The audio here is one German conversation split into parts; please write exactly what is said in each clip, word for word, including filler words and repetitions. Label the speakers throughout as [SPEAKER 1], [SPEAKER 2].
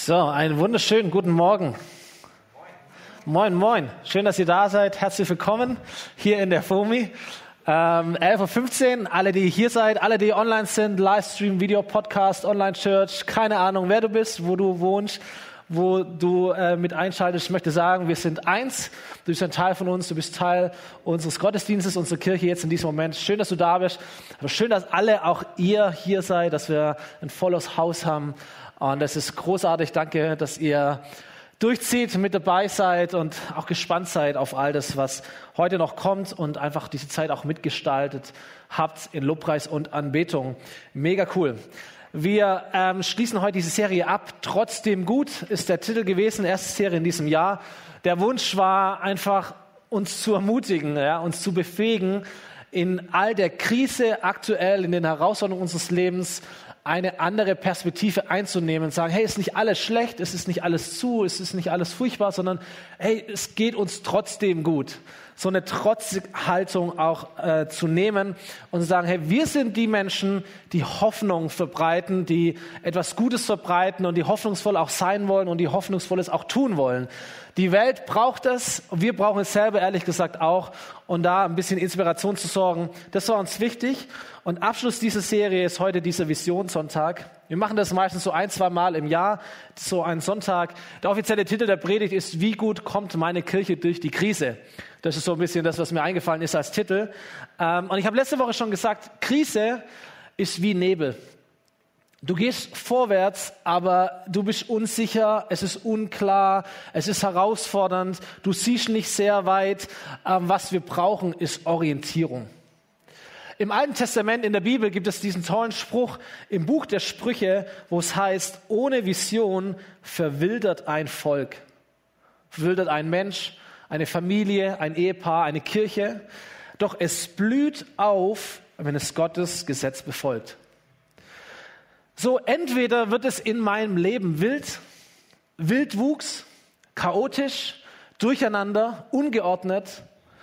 [SPEAKER 1] So, einen wunderschönen guten Morgen. Moin, moin. Schön, dass ihr da seid. Herzlich willkommen hier in der F O M I. Ähm, elf Uhr fünfzehn, alle, die hier seid, alle, die online sind, Livestream, Video, Podcast, Online-Church, keine Ahnung, wer du bist, wo du wohnst, wo du äh, mit einschaltest. Ich möchte sagen, wir sind eins. Du bist ein Teil von uns, du bist Teil unseres Gottesdienstes, unserer Kirche jetzt in diesem Moment. Schön, dass du da bist. Aber schön, dass alle, auch ihr hier seid, dass wir ein volles Haus haben. Und das ist großartig. Danke, dass ihr durchzieht, mit dabei seid und auch gespannt seid auf all das, was heute noch kommt und einfach diese Zeit auch mitgestaltet habt in Lobpreis und Anbetung. Mega cool. Wir ähm, schließen heute diese Serie ab. Trotzdem gut ist der Titel gewesen, erste Serie in diesem Jahr. Der Wunsch war einfach, uns zu ermutigen, ja, uns zu befähigen, in all der Krise aktuell, in den Herausforderungen unseres Lebens, eine andere Perspektive einzunehmen und sagen, hey, es ist nicht alles schlecht, es ist nicht alles zu, es ist nicht alles furchtbar, sondern hey, es geht uns trotzdem gut. So eine Trotzhaltung auch äh, zu nehmen und zu sagen, hey, wir sind die Menschen, die Hoffnung verbreiten, die etwas Gutes verbreiten und die hoffnungsvoll auch sein wollen und die Hoffnungsvolles auch tun wollen. Die Welt braucht es, wir brauchen es selber ehrlich gesagt auch, und da ein bisschen Inspiration zu sorgen, das war uns wichtig. Und Abschluss dieser Serie ist heute dieser Visionssonntag. Wir machen das meistens so ein, zwei Mal im Jahr, so ein Sonntag. Der offizielle Titel der Predigt ist, wie gut kommt meine Kirche durch die Krise? Das ist so ein bisschen das, was mir eingefallen ist als Titel. Und ich habe letzte Woche schon gesagt, Krise ist wie Nebel. Du gehst vorwärts, aber du bist unsicher, es ist unklar, es ist herausfordernd, du siehst nicht sehr weit. Was wir brauchen, ist Orientierung. Im Alten Testament in der Bibel gibt es diesen tollen Spruch im Buch der Sprüche, wo es heißt, ohne Vision verwildert ein Volk. Verwildert ein Mensch, eine Familie, ein Ehepaar, eine Kirche. Doch es blüht auf, wenn es Gottes Gesetz befolgt. So, entweder wird es in meinem Leben wild, Wildwuchs, chaotisch, durcheinander, ungeordnet,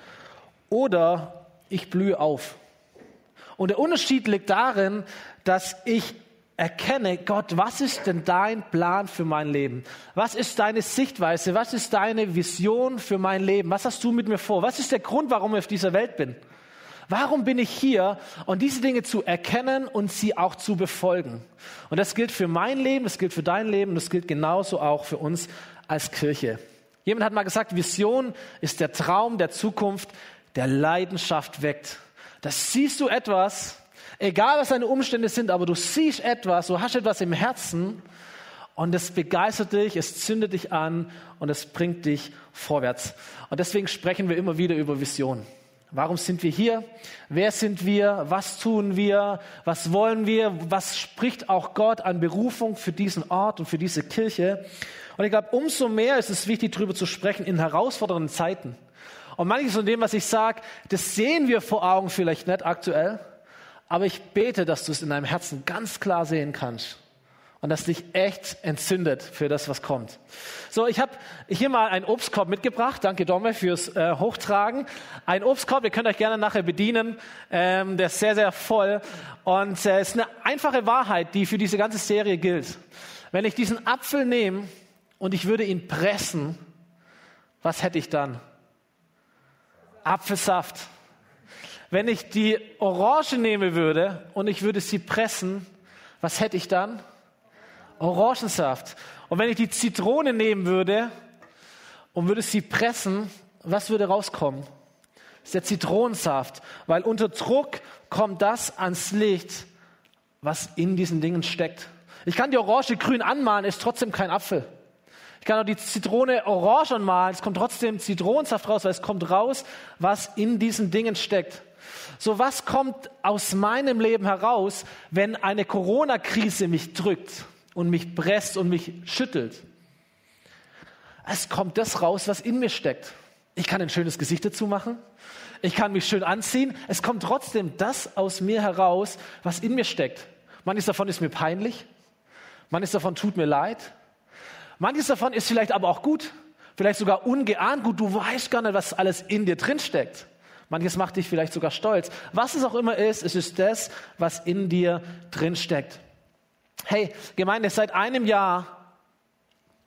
[SPEAKER 1] oder ich blühe auf. Und der Unterschied liegt darin, dass ich erkenne, Gott, was ist denn dein Plan für mein Leben? Was ist deine Sichtweise? Was ist deine Vision für mein Leben? Was hast du mit mir vor? Was ist der Grund, warum ich auf dieser Welt bin? Warum bin ich hier? Und diese Dinge zu erkennen und sie auch zu befolgen. Und das gilt für mein Leben, das gilt für dein Leben, das gilt genauso auch für uns als Kirche. Jemand hat mal gesagt, Vision ist der Traum der Zukunft, der Leidenschaft weckt. Das siehst du etwas, egal was deine Umstände sind, aber du siehst etwas, du hast etwas im Herzen und es begeistert dich, es zündet dich an und es bringt dich vorwärts. Und deswegen sprechen wir immer wieder über Vision. Warum sind wir hier? Wer sind wir? Was tun wir? Was wollen wir? Was spricht auch Gott an Berufung für diesen Ort und für diese Kirche? Und ich glaube, umso mehr ist es wichtig, darüber zu sprechen in herausfordernden Zeiten. Und manches von dem, was ich sage, das sehen wir vor Augen vielleicht nicht aktuell, aber ich bete, dass du es in deinem Herzen ganz klar sehen kannst und das dich echt entzündet für das, was kommt. So, ich habe hier mal einen Obstkorb mitgebracht. Danke, Domme, fürs äh, Hochtragen. Ein Obstkorb, ihr könnt euch gerne nachher bedienen. Ähm, der ist sehr, sehr voll. Und es äh, ist eine einfache Wahrheit, die für diese ganze Serie gilt. Wenn ich diesen Apfel nehme und ich würde ihn pressen, was hätte ich dann? Apfelsaft. Wenn ich die Orange nehmen würde und ich würde sie pressen, was hätte ich dann? Orangensaft. Und wenn ich die Zitrone nehmen würde und würde sie pressen, was würde rauskommen? Das ist der Zitronensaft. Weil unter Druck kommt das ans Licht, was in diesen Dingen steckt. Ich kann die Orange grün anmalen, ist trotzdem kein Apfel. Ich kann auch die Zitrone orange anmalen, es kommt trotzdem Zitronensaft raus, weil es kommt raus, was in diesen Dingen steckt. So, was kommt aus meinem Leben heraus, wenn eine Corona-Krise mich drückt und mich presst und mich schüttelt? Es kommt das raus, was in mir steckt. Ich kann ein schönes Gesicht dazu machen. Ich kann mich schön anziehen. Es kommt trotzdem das aus mir heraus, was in mir steckt. Manches davon ist mir peinlich. Manches davon tut mir leid. Manches davon ist vielleicht aber auch gut. Vielleicht sogar ungeahnt gut. Du weißt gar nicht, was alles in dir drin steckt. Manches macht dich vielleicht sogar stolz. Was es auch immer ist, es ist das, was in dir drin steckt. Hey, Gemeinde, seit einem Jahr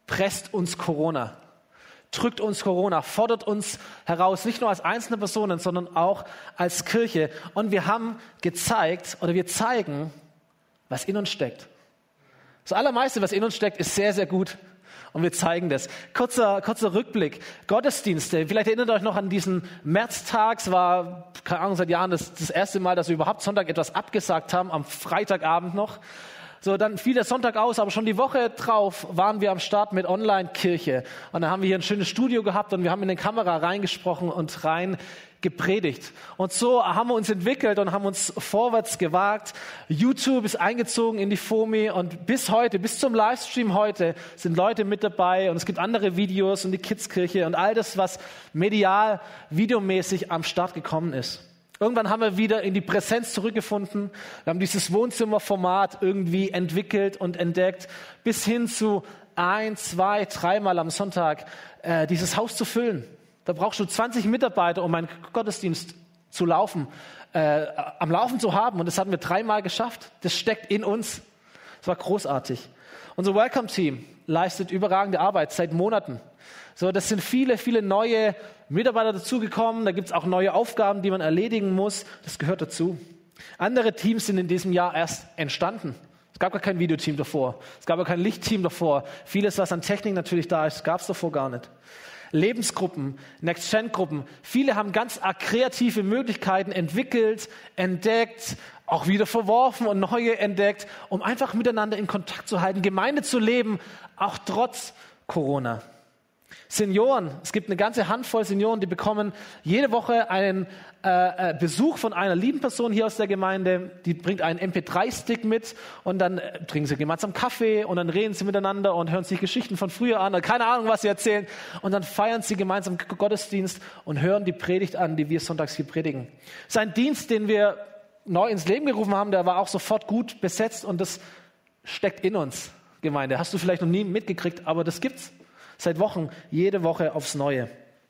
[SPEAKER 1] presst uns Corona, drückt uns Corona, fordert uns heraus, nicht nur als einzelne Personen, sondern auch als Kirche. Und wir haben gezeigt oder wir zeigen, was in uns steckt. Das Allermeiste, was in uns steckt, ist sehr, sehr gut. Und wir zeigen das. Kurzer, kurzer Rückblick. Gottesdienste. Vielleicht erinnert ihr euch noch an diesen Märztag. Es war, keine Ahnung, seit Jahren das, das erste Mal, dass wir überhaupt Sonntag etwas abgesagt haben, am Freitagabend noch. So, dann fiel der Sonntag aus, aber schon die Woche drauf waren wir am Start mit Online-Kirche. Und dann haben wir hier ein schönes Studio gehabt und wir haben in die Kamera reingesprochen und rein gepredigt. Und so haben wir uns entwickelt und haben uns vorwärts gewagt. YouTube ist eingezogen in die FOMI und bis heute, bis zum Livestream heute, sind Leute mit dabei und es gibt andere Videos und die Kidskirche und all das, was medial, videomäßig am Start gekommen ist. Irgendwann haben wir wieder in die Präsenz zurückgefunden. Wir haben dieses Wohnzimmerformat irgendwie entwickelt und entdeckt, bis hin zu ein, zwei, dreimal am Sonntag äh, dieses Haus zu füllen. Da brauchst du zwanzig Mitarbeiter, um einen Gottesdienst zu laufen, äh, am Laufen zu haben. Und das hatten wir dreimal geschafft. Das steckt in uns. Das war großartig. Unser Welcome-Team leistet überragende Arbeit seit Monaten. So, das sind viele, viele neue Mitarbeiter dazugekommen. Da gibt es auch neue Aufgaben, die man erledigen muss. Das gehört dazu. Andere Teams sind in diesem Jahr erst entstanden. Es gab gar kein Videoteam davor. Es gab auch kein Lichtteam davor. Vieles, was an Technik natürlich da ist, gab es davor gar nicht. Lebensgruppen, Next-Gen-Gruppen. Viele haben ganz kreative Möglichkeiten entwickelt, entdeckt, auch wieder verworfen und neue entdeckt, um einfach miteinander in Kontakt zu halten, Gemeinde zu leben, auch trotz Corona. Senioren, es gibt eine ganze Handvoll Senioren, die bekommen jede Woche einen äh, äh, Besuch von einer lieben Person hier aus der Gemeinde, die bringt einen M P drei Stick mit und dann äh, trinken sie gemeinsam Kaffee und dann reden sie miteinander und hören sich Geschichten von früher an, keine Ahnung, was sie erzählen und dann feiern sie gemeinsam Gottesdienst und hören die Predigt an, die wir sonntags hier predigen. Sein Dienst, den wir neu ins Leben gerufen haben, der war auch sofort gut besetzt und das steckt in uns, Gemeinde. Hast du vielleicht noch nie mitgekriegt, aber das gibt's. Seit Wochen, jede Woche aufs Neue.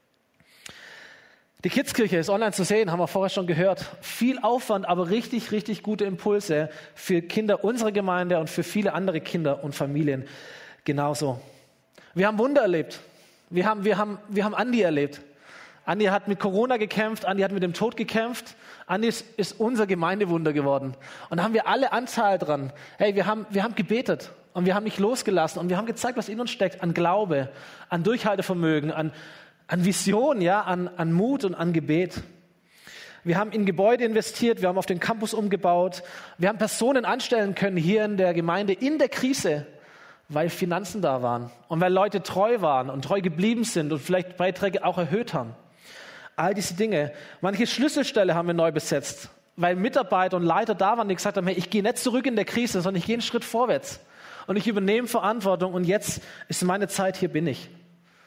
[SPEAKER 1] Die Kidskirche ist online zu sehen, haben wir vorher schon gehört. Viel Aufwand, aber richtig, richtig gute Impulse für Kinder unserer Gemeinde und für viele andere Kinder und Familien genauso. Wir haben Wunder erlebt. Wir haben, wir haben, wir haben Andi erlebt. Andi hat mit Corona gekämpft, Andi hat mit dem Tod gekämpft. Andi ist, ist unser Gemeindewunder geworden. Und da haben wir alle Anteil dran. Hey, wir haben, wir haben gebetet. Und wir haben nicht losgelassen und wir haben gezeigt, was in uns steckt, an Glaube, an Durchhaltevermögen, an, an Vision, ja, an, an Mut und an Gebet. Wir haben in Gebäude investiert, wir haben auf den Campus umgebaut, wir haben Personen anstellen können hier in der Gemeinde in der Krise, weil Finanzen da waren und weil Leute treu waren und treu geblieben sind und vielleicht Beiträge auch erhöht haben. All diese Dinge. Manche Schlüsselstelle haben wir neu besetzt, weil Mitarbeiter und Leiter da waren, die gesagt haben, hey, ich gehe nicht zurück in der Krise, sondern ich gehe einen Schritt vorwärts. Und ich übernehme Verantwortung und jetzt ist meine Zeit, hier bin ich.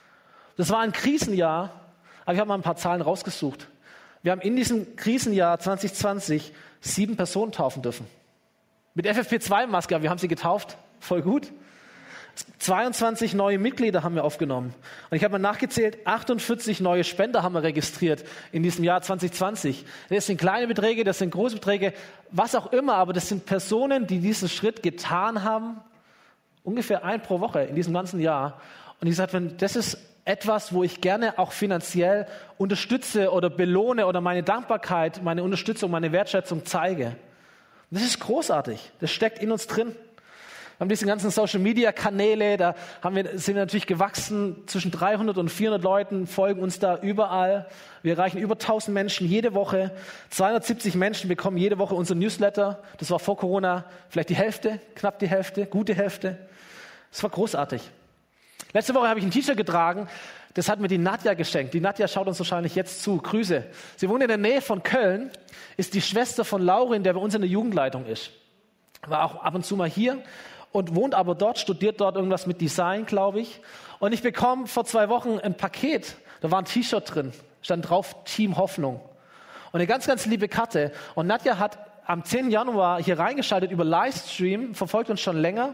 [SPEAKER 1] Das war ein Krisenjahr, aber ich habe mal ein paar Zahlen rausgesucht. Wir haben in diesem Krisenjahr zwanzig zwanzig sieben Personen taufen dürfen. Mit F F P zwei Maske, aber wir haben sie getauft, voll gut. zweiundzwanzig neue Mitglieder haben wir aufgenommen. Und ich habe mal nachgezählt, achtundvierzig neue Spender haben wir registriert in diesem Jahr zwanzig zwanzig. Das sind kleine Beträge, das sind große Beträge, was auch immer, aber das sind Personen, die diesen Schritt getan haben, ungefähr ein pro Woche in diesem ganzen Jahr. Und ich sage, wenn das ist etwas, wo ich gerne auch finanziell unterstütze oder belohne oder meine Dankbarkeit, meine Unterstützung, meine Wertschätzung zeige. Und das ist großartig. Das steckt in uns drin. Wir haben diese ganzen Social-Media-Kanäle, da haben wir, sind wir natürlich gewachsen. Zwischen dreihundert und vierhundert Leuten folgen uns da überall. Wir erreichen über tausend Menschen jede Woche. zweihundertsiebzig Menschen bekommen jede Woche unser Newsletter. Das war vor Corona vielleicht die Hälfte, knapp die Hälfte, gute Hälfte. Das war großartig. Letzte Woche habe ich ein T-Shirt getragen, das hat mir die Nadja geschenkt. Die Nadja schaut uns wahrscheinlich jetzt zu. Grüße. Sie wohnt in der Nähe von Köln, ist die Schwester von Laurin, der bei uns in der Jugendleitung ist. War auch ab und zu mal hier und wohnt aber dort, studiert dort irgendwas mit Design, glaube ich. Und ich bekomme vor zwei Wochen ein Paket, da war ein T-Shirt drin, stand drauf Team Hoffnung. Und eine ganz, ganz liebe Karte. Und Nadja hat am zehnten Januar hier reingeschaltet über Livestream, verfolgt uns schon länger.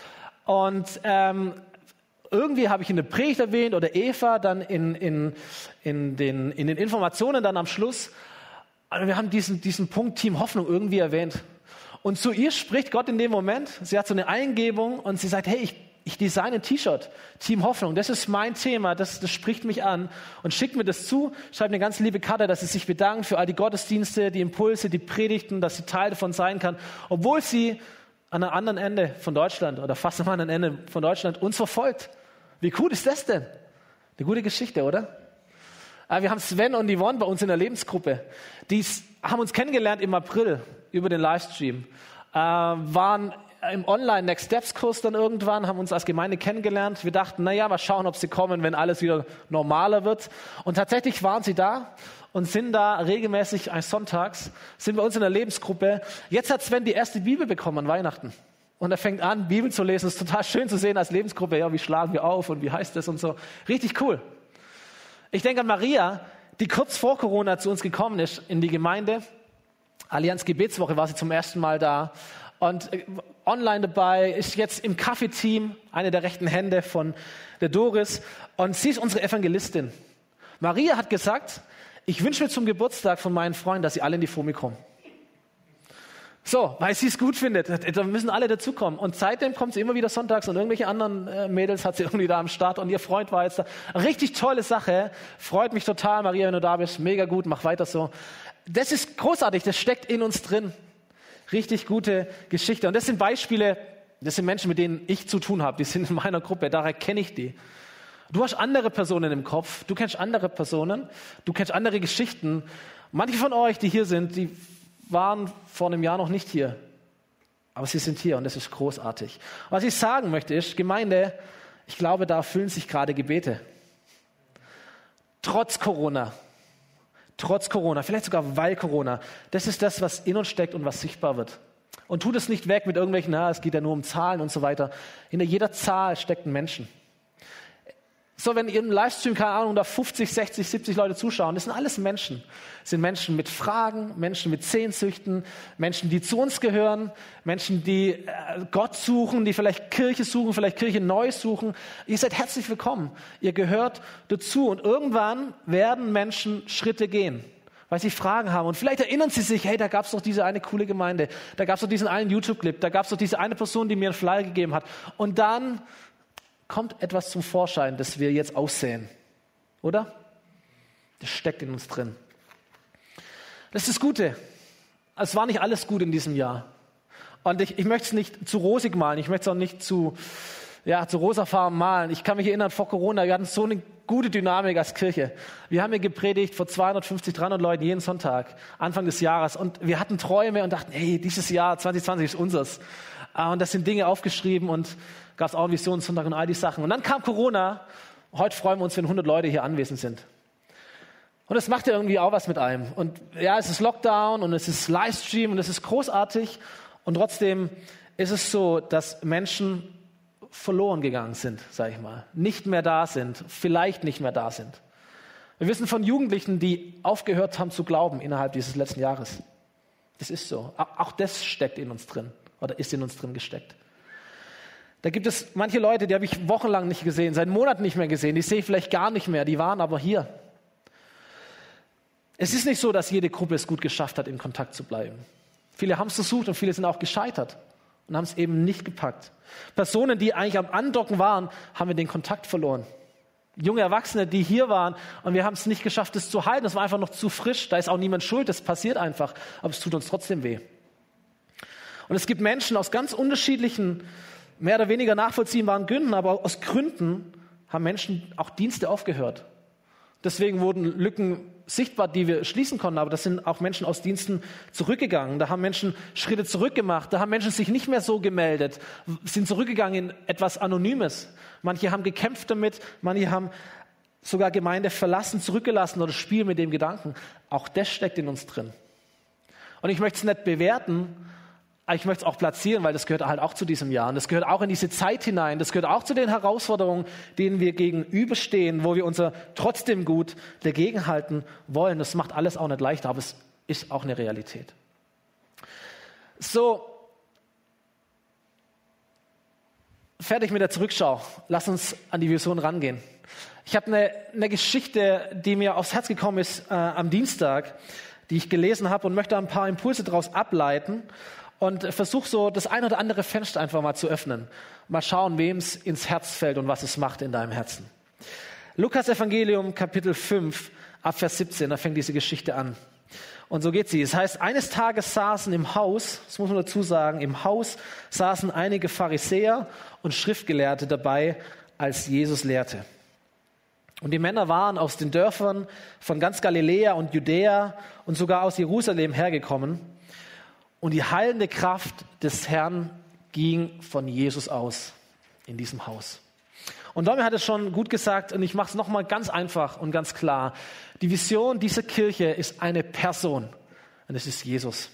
[SPEAKER 1] Und ähm, irgendwie habe ich in der Predigt erwähnt oder Eva dann in, in, in, den, in den Informationen dann am Schluss. Also wir haben diesen, diesen Punkt Team Hoffnung irgendwie erwähnt. Und zu ihr spricht Gott in dem Moment. Sie hat so eine Eingebung und sie sagt, hey, ich, ich design ein T-Shirt, Team Hoffnung, das ist mein Thema, das, das spricht mich an und schickt mir das zu, schreibt eine ganz liebe Karte, dass sie sich bedankt für all die Gottesdienste, die Impulse, die Predigten, dass sie Teil davon sein kann, obwohl sie an einem anderen Ende von Deutschland oder fast am anderen Ende von Deutschland uns verfolgt. Wie cool ist das denn? Eine gute Geschichte, oder? Wir haben Sven und Yvonne bei uns in der Lebensgruppe. Die haben uns kennengelernt im April über den Livestream, äh, waren im Online-Next-Steps-Kurs dann irgendwann, haben uns als Gemeinde kennengelernt. Wir dachten, naja, mal schauen, ob sie kommen, wenn alles wieder normaler wird. Und tatsächlich waren sie da und sind da regelmäßig, eines Sonntags, sind bei uns in der Lebensgruppe. Jetzt hat Sven die erste Bibel bekommen an Weihnachten. Und er fängt an, Bibel zu lesen. Es ist total schön zu sehen als Lebensgruppe. Ja, wie schlagen wir auf und wie heißt das und so. Richtig cool. Ich denke an Maria, die kurz vor Corona zu uns gekommen ist in die Gemeinde. Allianz Gebetswoche war sie zum ersten Mal da. Und online dabei, ist jetzt im Kaffeeteam, eine der rechten Hände von der Doris. Und sie ist unsere Evangelistin. Maria hat gesagt, ich wünsche mir zum Geburtstag von meinen Freunden, dass sie alle in die FOMI kommen. So, weil sie es gut findet. Da müssen alle dazukommen. Und seitdem kommt sie immer wieder sonntags und irgendwelche anderen äh, Mädels hat sie irgendwie da am Start und ihr Freund war jetzt da. Richtig tolle Sache. Freut mich total, Maria, wenn du da bist. Mega gut, mach weiter so. Das ist großartig, das steckt in uns drin. Richtig gute Geschichte. Und das sind Beispiele, das sind Menschen, mit denen ich zu tun habe. Die sind in meiner Gruppe, daher kenne ich die. Du hast andere Personen im Kopf, du kennst andere Personen, du kennst andere Geschichten. Manche von euch, die hier sind, die waren vor einem Jahr noch nicht hier. Aber sie sind hier und das ist großartig. Was ich sagen möchte ist, Gemeinde, ich glaube, da erfüllen sich gerade Gebete. Trotz Corona. Trotz Corona, vielleicht sogar weil Corona. Das ist das, was in uns steckt und was sichtbar wird. Und tut es nicht weg mit irgendwelchen, na, es geht ja nur um Zahlen und so weiter. Hinter jeder Zahl steckt ein Menschen. So, wenn ihr im Livestream, keine Ahnung, da fünfzig, sechzig, siebzig Leute zuschauen, das sind alles Menschen. Das sind Menschen mit Fragen, Menschen mit Sehnsüchten, Menschen, die zu uns gehören, Menschen, die äh, Gott suchen, die vielleicht Kirche suchen, vielleicht Kirche neu suchen. Ihr seid herzlich willkommen. Ihr gehört dazu. Und irgendwann werden Menschen Schritte gehen, weil sie Fragen haben. Und vielleicht erinnern sie sich, hey, da gab es doch diese eine coole Gemeinde, da gab es doch diesen einen YouTube-Clip, da gab es doch diese eine Person, die mir einen Flyer gegeben hat. Und dann kommt etwas zum Vorschein, das wir jetzt aussehen. Oder? Das steckt in uns drin. Das ist das Gute. Es war nicht alles gut in diesem Jahr. Und ich, ich möchte es nicht zu rosig malen. Ich möchte es auch nicht zu, ja, zu rosafarben malen. Ich kann mich erinnern, vor Corona, wir hatten so eine gute Dynamik als Kirche. Wir haben hier gepredigt vor zweihundertfünfzig, dreihundert Leuten jeden Sonntag, Anfang des Jahres. Und wir hatten Träume und dachten, hey, dieses Jahr zwanzig zwanzig ist unseres. Und das sind Dinge aufgeschrieben und gab es auch einen Visionssonntag und all die Sachen. Und dann kam Corona. Heute freuen wir uns, wenn hundert Leute hier anwesend sind. Und das macht ja irgendwie auch was mit einem. Und ja, es ist Lockdown und es ist Livestream und es ist großartig. Und trotzdem ist es so, dass Menschen verloren gegangen sind, sage ich mal. Nicht mehr da sind, vielleicht nicht mehr da sind. Wir wissen von Jugendlichen, die aufgehört haben zu glauben innerhalb dieses letzten Jahres. Das ist so. Auch das steckt in uns drin oder ist in uns drin gesteckt. Da gibt es manche Leute, die habe ich wochenlang nicht gesehen, seit Monaten nicht mehr gesehen, die sehe ich vielleicht gar nicht mehr, die waren aber hier. Es ist nicht so, dass jede Gruppe es gut geschafft hat, in Kontakt zu bleiben. Viele haben es versucht und viele sind auch gescheitert und haben es eben nicht gepackt. Personen, die eigentlich am Andocken waren, haben wir den Kontakt verloren. Junge Erwachsene, die hier waren und wir haben es nicht geschafft, es zu halten. Das war einfach noch zu frisch, da ist auch niemand schuld, das passiert einfach, aber es tut uns trotzdem weh. Und es gibt Menschen aus ganz unterschiedlichen, mehr oder weniger nachvollziehbaren Gründen, aber aus Gründen haben Menschen auch Dienste aufgehört. Deswegen wurden Lücken sichtbar, die wir schließen konnten, aber das sind auch Menschen aus Diensten zurückgegangen. Da haben Menschen Schritte zurückgemacht, da haben Menschen sich nicht mehr so gemeldet, sind zurückgegangen in etwas Anonymes. Manche haben gekämpft damit, manche haben sogar Gemeinde verlassen, zurückgelassen oder spielen mit dem Gedanken. Auch das steckt in uns drin. Und ich möchte es nicht bewerten, aber ich möchte es auch platzieren, weil das gehört halt auch zu diesem Jahr. Und das gehört auch in diese Zeit hinein. Das gehört auch zu den Herausforderungen, denen wir gegenüberstehen, wo wir unser trotzdem gut dagegenhalten wollen. Das macht alles auch nicht leichter, aber es ist auch eine Realität. So, fertig mit der Zurückschau. Lass uns an die Vision rangehen. Ich habe eine, eine Geschichte, die mir aufs Herz gekommen ist äh, am Dienstag, die ich gelesen habe und möchte ein paar Impulse daraus ableiten. und versuche so das ein oder andere Fenster einfach mal zu öffnen. Mal schauen, wem es ins Herz fällt und was es macht in deinem Herzen. Lukas Evangelium, Kapitel fünf, ab Vers siebzehn, da fängt diese Geschichte an. Und so geht sie. Es heißt, eines Tages saßen im Haus, das muss man dazu sagen, im Haus saßen einige Pharisäer und Schriftgelehrte dabei, als Jesus lehrte. Und die Männer waren aus den Dörfern von ganz Galiläa und Judäa und sogar aus Jerusalem hergekommen. Und die heilende Kraft des Herrn ging von Jesus aus in diesem Haus. Und Domi hat es schon gut gesagt, und ich mache es nochmal ganz einfach und ganz klar. Die Vision dieser Kirche ist eine Person, und es ist Jesus.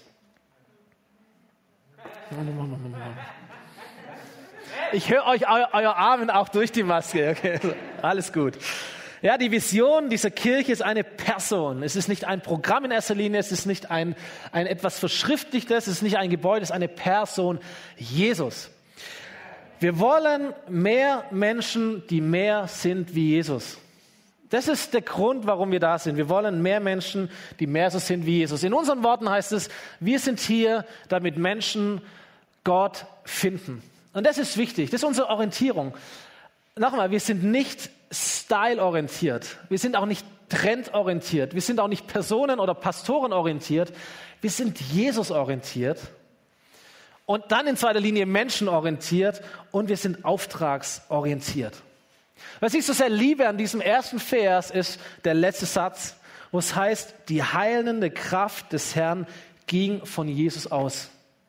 [SPEAKER 1] Ich höre euch eu, euer Amen auch durch die Maske. Okay, alles gut. Ja, die Vision dieser Kirche ist eine Person. Es ist nicht ein Programm in erster Linie, es ist nicht ein, ein etwas Verschriftlichtes, es ist nicht ein Gebäude, es ist eine Person, Jesus. Wir wollen mehr Menschen, die mehr sind wie Jesus. Das ist der Grund, warum wir da sind. Wir wollen mehr Menschen, die mehr so sind wie Jesus. In unseren Worten heißt es, wir sind hier, damit Menschen Gott finden. Und das ist wichtig. Das ist unsere Orientierung. Nochmal, wir sind nicht style-orientiert. Wir sind auch nicht trendorientiert. Wir sind auch nicht personen- oder pastorenorientiert. Wir sind Jesus-orientiert. Und dann in zweiter Linie menschenorientiert und wir sind auftragsorientiert. Was ich so sehr liebe an diesem ersten Vers ist der letzte Satz, wo es heißt, die heilende Kraft des Herrn ging von Jesus aus.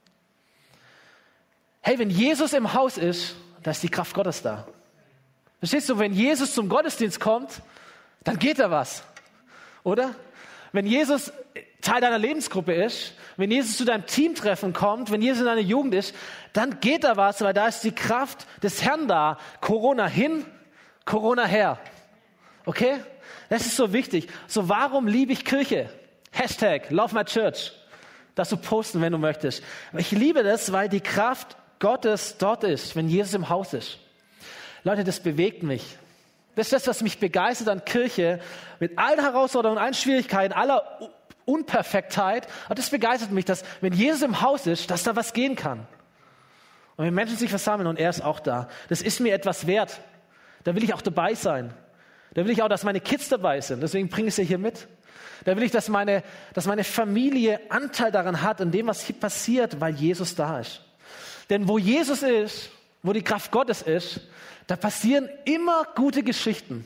[SPEAKER 1] Hey, wenn Jesus im Haus ist, da ist die Kraft Gottes da. Verstehst du, wenn Jesus zum Gottesdienst kommt, dann geht da was, oder? Wenn Jesus Teil deiner Lebensgruppe ist, wenn Jesus zu deinem Teamtreffen kommt, wenn Jesus in deiner Jugend ist, dann geht da was, weil da ist die Kraft des Herrn da. Corona hin, Corona her. Okay? Das ist so wichtig. So, warum liebe ich Kirche? Hashtag Love My Church. Das du posten, wenn du möchtest. Ich liebe das, weil die Kraft Gottes dort ist, wenn Jesus im Haus ist. Leute, das bewegt mich. Das ist das, was mich begeistert an Kirche, mit allen Herausforderungen, allen Schwierigkeiten, aller Unperfektheit. Und das begeistert mich, dass, wenn Jesus im Haus ist, dass da was gehen kann. Und wenn Menschen sich versammeln und er ist auch da, das ist mir etwas wert. Da will ich auch dabei sein. Da will ich auch, dass meine Kids dabei sind. Deswegen bringe ich sie hier mit. Da will ich, dass meine, dass meine Familie Anteil daran hat, an dem, was hier passiert, weil Jesus da ist. Denn wo Jesus ist, wo die Kraft Gottes ist, da passieren immer gute Geschichten.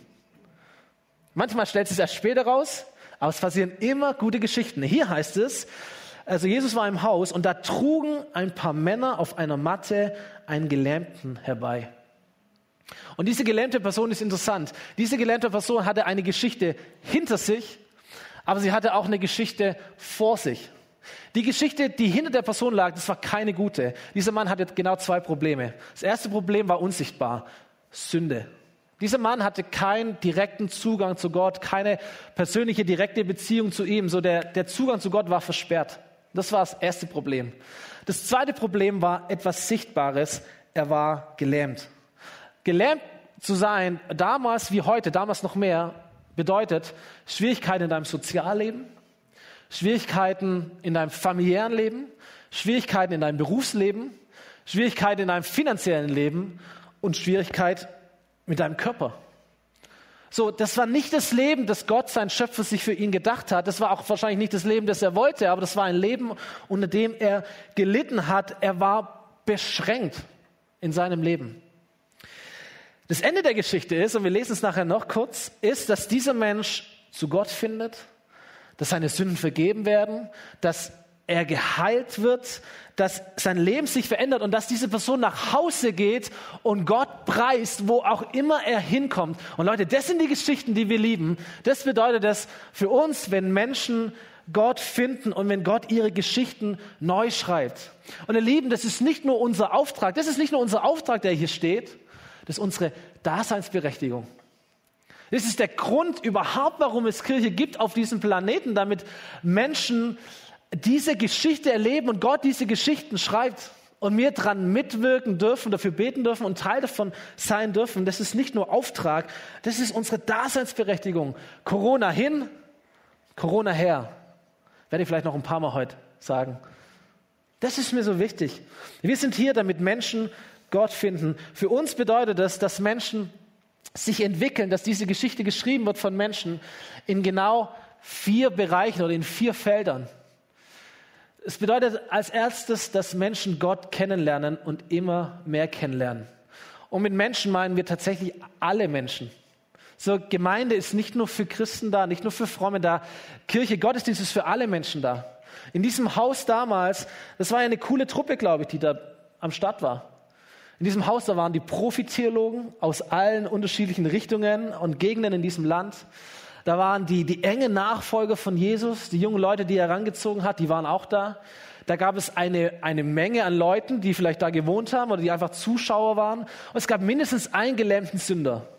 [SPEAKER 1] Manchmal stellt es erst später raus, aber es passieren immer gute Geschichten. Hier heißt es, also Jesus war im Haus und da trugen ein paar Männer auf einer Matte einen Gelähmten herbei. Und diese gelähmte Person ist interessant. Diese gelähmte Person hatte eine Geschichte hinter sich, aber sie hatte auch eine Geschichte vor sich. Die Geschichte, die hinter der Person lag, das war keine gute. Dieser Mann hatte genau zwei Probleme. Das erste Problem war unsichtbar. Sünde. Dieser Mann hatte keinen direkten Zugang zu Gott, keine persönliche, direkte Beziehung zu ihm. So der, der Zugang zu Gott war versperrt. Das war das erste Problem. Das zweite Problem war etwas Sichtbares. Er war gelähmt. Gelähmt zu sein, damals wie heute, damals noch mehr, bedeutet Schwierigkeiten in deinem Sozialleben, Schwierigkeiten in deinem familiären Leben, Schwierigkeiten in deinem Berufsleben, Schwierigkeiten in deinem finanziellen Leben und Schwierigkeit mit deinem Körper. So, das war nicht das Leben, das Gott, sein Schöpfer, sich für ihn gedacht hat. Das war auch wahrscheinlich nicht das Leben, das er wollte, aber das war ein Leben, unter dem er gelitten hat. Er war beschränkt in seinem Leben. Das Ende der Geschichte ist, und wir lesen es nachher noch kurz, ist, dass dieser Mensch zu Gott findet, dass seine Sünden vergeben werden, dass er geheilt wird, dass sein Leben sich verändert und dass diese Person nach Hause geht und Gott preist, wo auch immer er hinkommt. Und Leute, das sind die Geschichten, die wir lieben. Das bedeutet es für uns, wenn Menschen Gott finden und wenn Gott ihre Geschichten neu schreibt. Und ihr Lieben, das ist nicht nur unser Auftrag, das ist nicht nur unser Auftrag, der hier steht, das ist unsere Daseinsberechtigung. Das ist der Grund überhaupt, warum es Kirche gibt auf diesem Planeten, damit Menschen diese Geschichte erleben und Gott diese Geschichten schreibt und wir dran mitwirken dürfen, dafür beten dürfen und Teil davon sein dürfen. Das ist nicht nur Auftrag, das ist unsere Daseinsberechtigung. Corona hin, Corona her. Werde ich vielleicht noch ein paar Mal heute sagen. Das ist mir so wichtig. Wir sind hier, damit Menschen Gott finden. Für uns bedeutet das, dass Menschen sich entwickeln, dass diese Geschichte geschrieben wird von Menschen in genau vier Bereichen oder in vier Feldern. Es bedeutet als erstes, dass Menschen Gott kennenlernen und immer mehr kennenlernen. Und mit Menschen meinen wir tatsächlich alle Menschen. So, Gemeinde ist nicht nur für Christen da, nicht nur für Fromme da. Kirche, Gottesdienst ist für alle Menschen da. In diesem Haus damals, das war ja eine coole Truppe, glaube ich, die da am Start war. In diesem Haus, da waren die Profi-Theologen aus allen unterschiedlichen Richtungen und Gegenden in diesem Land. Da waren die, die engen Nachfolger von Jesus, die jungen Leute, die er herangezogen hat, die waren auch da. Da gab es eine, eine Menge an Leuten, die vielleicht da gewohnt haben oder die einfach Zuschauer waren. Und es gab mindestens einen gelähmten Sünder.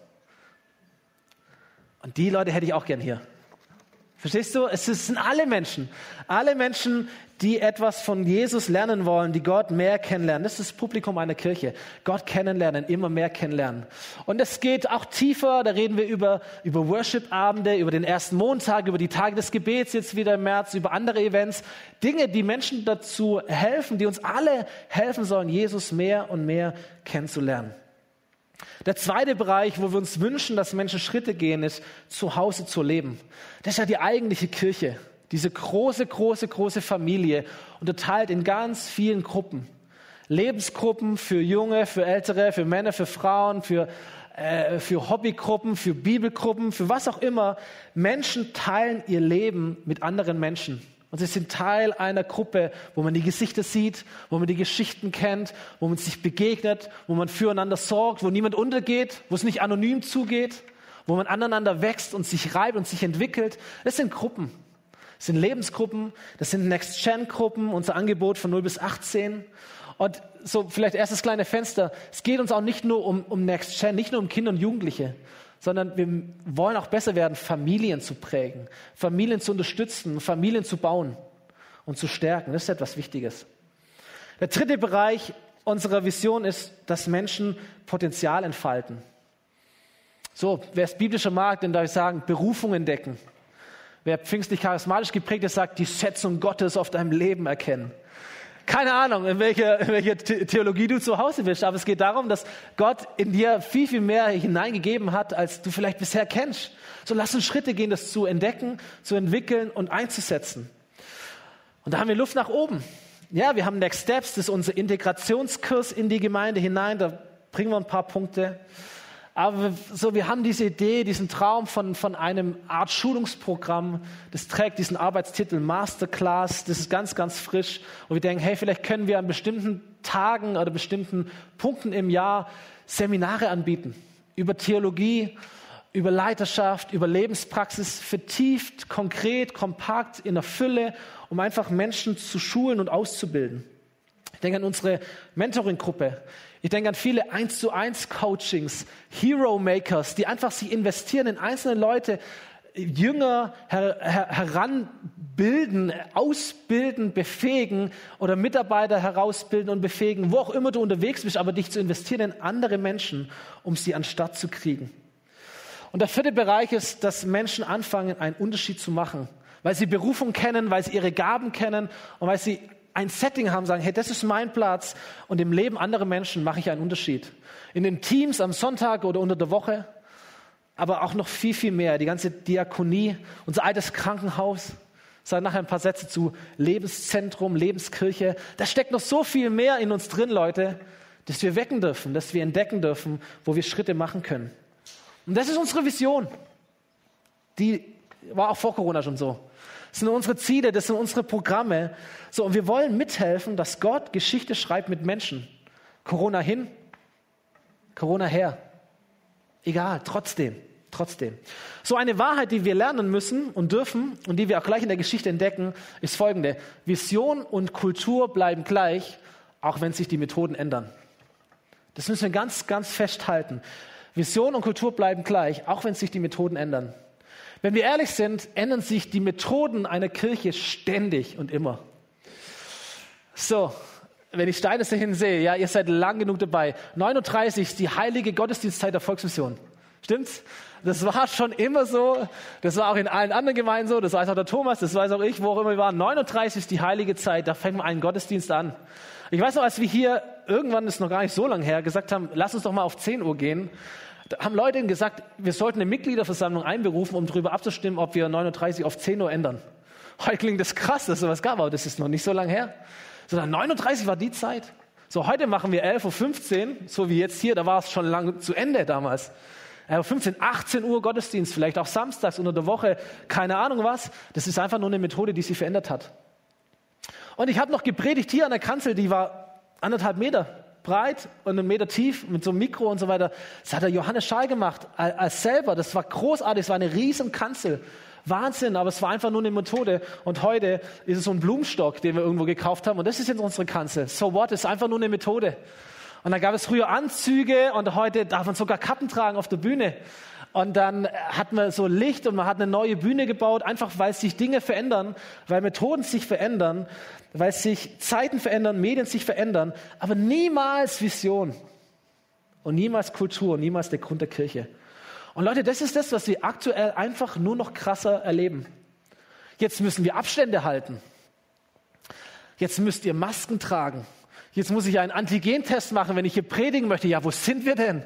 [SPEAKER 1] Und die Leute hätte ich auch gern hier. Verstehst du? Es sind alle Menschen. Alle Menschen, die etwas von Jesus lernen wollen, die Gott mehr kennenlernen. Das ist das Publikum einer Kirche. Gott kennenlernen, immer mehr kennenlernen. Und es geht auch tiefer. Da reden wir über, über Worship-Abende, über den ersten Montag, über die Tage des Gebets jetzt wieder im März, über andere Events. Dinge, die Menschen dazu helfen, die uns alle helfen sollen, Jesus mehr und mehr kennenzulernen. Der zweite Bereich, wo wir uns wünschen, dass Menschen Schritte gehen, ist, zu Hause zu leben. Das ist ja die eigentliche Kirche. Diese große, große, große Familie, unterteilt in ganz vielen Gruppen. Lebensgruppen für Junge, für Ältere, für Männer, für Frauen, für, äh, für Hobbygruppen, für Bibelgruppen, für was auch immer. Menschen teilen ihr Leben mit anderen Menschen. Und sie sind Teil einer Gruppe, wo man die Gesichter sieht, wo man die Geschichten kennt, wo man sich begegnet, wo man füreinander sorgt, wo niemand untergeht, wo es nicht anonym zugeht, wo man aneinander wächst und sich reibt und sich entwickelt. Das sind Gruppen. Das sind Lebensgruppen, das sind Next-Gen-Gruppen, unser Angebot von null bis achtzehn. Und so vielleicht erstes kleine Fenster. Es geht uns auch nicht nur um, um Next-Gen, nicht nur um Kinder und Jugendliche, sondern wir wollen auch besser werden, Familien zu prägen, Familien zu unterstützen, Familien zu bauen und zu stärken. Das ist etwas Wichtiges. Der dritte Bereich unserer Vision ist, dass Menschen Potenzial entfalten. So, wer es biblischer mag, dann darf ich sagen, Berufung entdecken. Wer pfingstlich charismatisch geprägt ist, sagt, die Setzung Gottes auf deinem Leben erkennen. Keine Ahnung, in welcher, in welcher Theologie du zu Hause bist, aber es geht darum, dass Gott in dir viel, viel mehr hineingegeben hat, als du vielleicht bisher kennst. So lass uns Schritte gehen, das zu entdecken, zu entwickeln und einzusetzen. Und da haben wir Luft nach oben. Ja, wir haben Next Steps, das ist unser Integrationskurs in die Gemeinde hinein, da bringen wir ein paar Punkte. Aber so, wir haben diese Idee, diesen Traum von, von einem Art Schulungsprogramm, das trägt diesen Arbeitstitel Masterclass, das ist ganz, ganz frisch. Und wir denken, hey, vielleicht können wir an bestimmten Tagen oder bestimmten Punkten im Jahr Seminare anbieten. Über Theologie, über Leiterschaft, über Lebenspraxis, vertieft, konkret, kompakt, in der Fülle, um einfach Menschen zu schulen und auszubilden. Ich denke an unsere Mentoring-Gruppe. Ich denke an viele eins zu eins Coachings, Hero Makers, die einfach sich investieren in einzelne Leute, Jünger her, her, heranbilden, ausbilden, befähigen oder Mitarbeiter herausbilden und befähigen, wo auch immer du unterwegs bist, aber dich zu investieren in andere Menschen, um sie an den Start zu kriegen. Und der vierte Bereich ist, dass Menschen anfangen, einen Unterschied zu machen, weil sie Berufung kennen, weil sie ihre Gaben kennen und weil sie ein Setting haben, sagen, hey, das ist mein Platz und im Leben anderer Menschen mache ich einen Unterschied. In den Teams am Sonntag oder unter der Woche, aber auch noch viel, viel mehr. Die ganze Diakonie, unser altes Krankenhaus, sagen nachher ein paar Sätze zu Lebenszentrum, Lebenskirche. Da steckt noch so viel mehr in uns drin, Leute, dass wir wecken dürfen, dass wir entdecken dürfen, wo wir Schritte machen können. Und das ist unsere Vision. Die war auch vor Corona schon so. Das sind unsere Ziele, das sind unsere Programme. So, und wir wollen mithelfen, dass Gott Geschichte schreibt mit Menschen. Corona hin, Corona her. Egal, trotzdem, trotzdem. So eine Wahrheit, die wir lernen müssen und dürfen und die wir auch gleich in der Geschichte entdecken, ist folgende. Vision und Kultur bleiben gleich, auch wenn sich die Methoden ändern. Das müssen wir ganz, ganz festhalten. Vision und Kultur bleiben gleich, auch wenn sich die Methoden ändern. Wenn wir ehrlich sind, ändern sich die Methoden einer Kirche ständig und immer. So, wenn ich Steine dahin sehe, ja, ihr seid lang genug dabei. neun Uhr dreißig ist die heilige Gottesdienstzeit der Volksmission. Stimmt's? Das war schon immer so. Das war auch in allen anderen Gemeinden so. Das weiß auch der Thomas, das weiß auch ich, wo auch immer wir waren. neununddreißig ist die heilige Zeit, da fängt man einen Gottesdienst an. Ich weiß noch, als wir hier, irgendwann ist noch gar nicht so lange her, gesagt haben, lass uns doch mal auf zehn Uhr gehen. Da haben Leute gesagt, wir sollten eine Mitgliederversammlung einberufen, um darüber abzustimmen, ob wir neununddreißig auf zehn Uhr ändern. Heute klingt das krass, dass es sowas gab, aber das ist noch nicht so lange her. Sondern neununddreißig war die Zeit. So, heute machen wir elf Uhr fünfzehn, so wie jetzt hier, da war es schon lange zu Ende damals. elf Uhr fünfzehn, achtzehn Uhr Gottesdienst, vielleicht auch samstags unter der Woche, keine Ahnung was. Das ist einfach nur eine Methode, die sich verändert hat. Und ich habe noch gepredigt hier an der Kanzel, die war anderthalb Meter breit und einen Meter tief mit so einem Mikro und so weiter. Das hat der Johannes Schall gemacht, als selber. Das war großartig, es war eine riesen Kanzel. Wahnsinn, aber es war einfach nur eine Methode. Und heute ist es so ein Blumenstock, den wir irgendwo gekauft haben. Und das ist jetzt unsere Kanzel. So what? Es ist einfach nur eine Methode. Und dann gab es früher Anzüge und heute darf man sogar Kappen tragen auf der Bühne. Und dann hat man so Licht und man hat eine neue Bühne gebaut, einfach weil sich Dinge verändern, weil Methoden sich verändern, weil sich Zeiten verändern, Medien sich verändern, aber niemals Vision und niemals Kultur, niemals der Grund der Kirche. Und Leute, das ist das, was wir aktuell einfach nur noch krasser erleben. Jetzt müssen wir Abstände halten. Jetzt müsst ihr Masken tragen. Jetzt muss ich einen Antigentest machen, wenn ich hier predigen möchte. Ja, wo sind wir denn?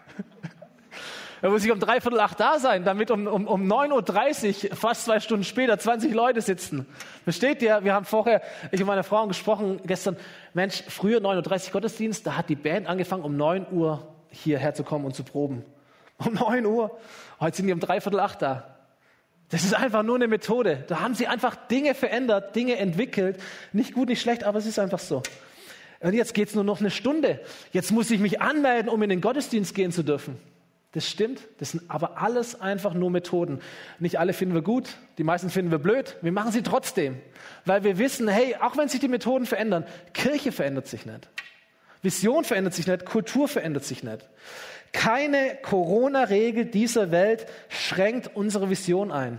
[SPEAKER 1] Da muss ich um dreiviertel acht da sein, damit um, um, um neun Uhr dreißig, fast zwei Stunden später, zwanzig Leute sitzen. Versteht ihr? Wir haben vorher, ich und meine Frau gesprochen gestern, Mensch, früher neun Uhr dreißig Gottesdienst, da hat die Band angefangen, um neun Uhr hierher zu kommen und zu proben. Um neun Uhr. Heute sind die um dreiviertel acht da. Das ist einfach nur eine Methode. Da haben sie einfach Dinge verändert, Dinge entwickelt. Nicht gut, nicht schlecht, aber es ist einfach so. Und jetzt geht's nur noch eine Stunde. Jetzt muss ich mich anmelden, um in den Gottesdienst gehen zu dürfen. Das stimmt. Das sind aber alles einfach nur Methoden. Nicht alle finden wir gut. Die meisten finden wir blöd. Wir machen sie trotzdem. Weil wir wissen, hey, auch wenn sich die Methoden verändern, Kirche verändert sich nicht. Vision verändert sich nicht. Kultur verändert sich nicht. Keine Corona-Regel dieser Welt schränkt unsere Vision ein.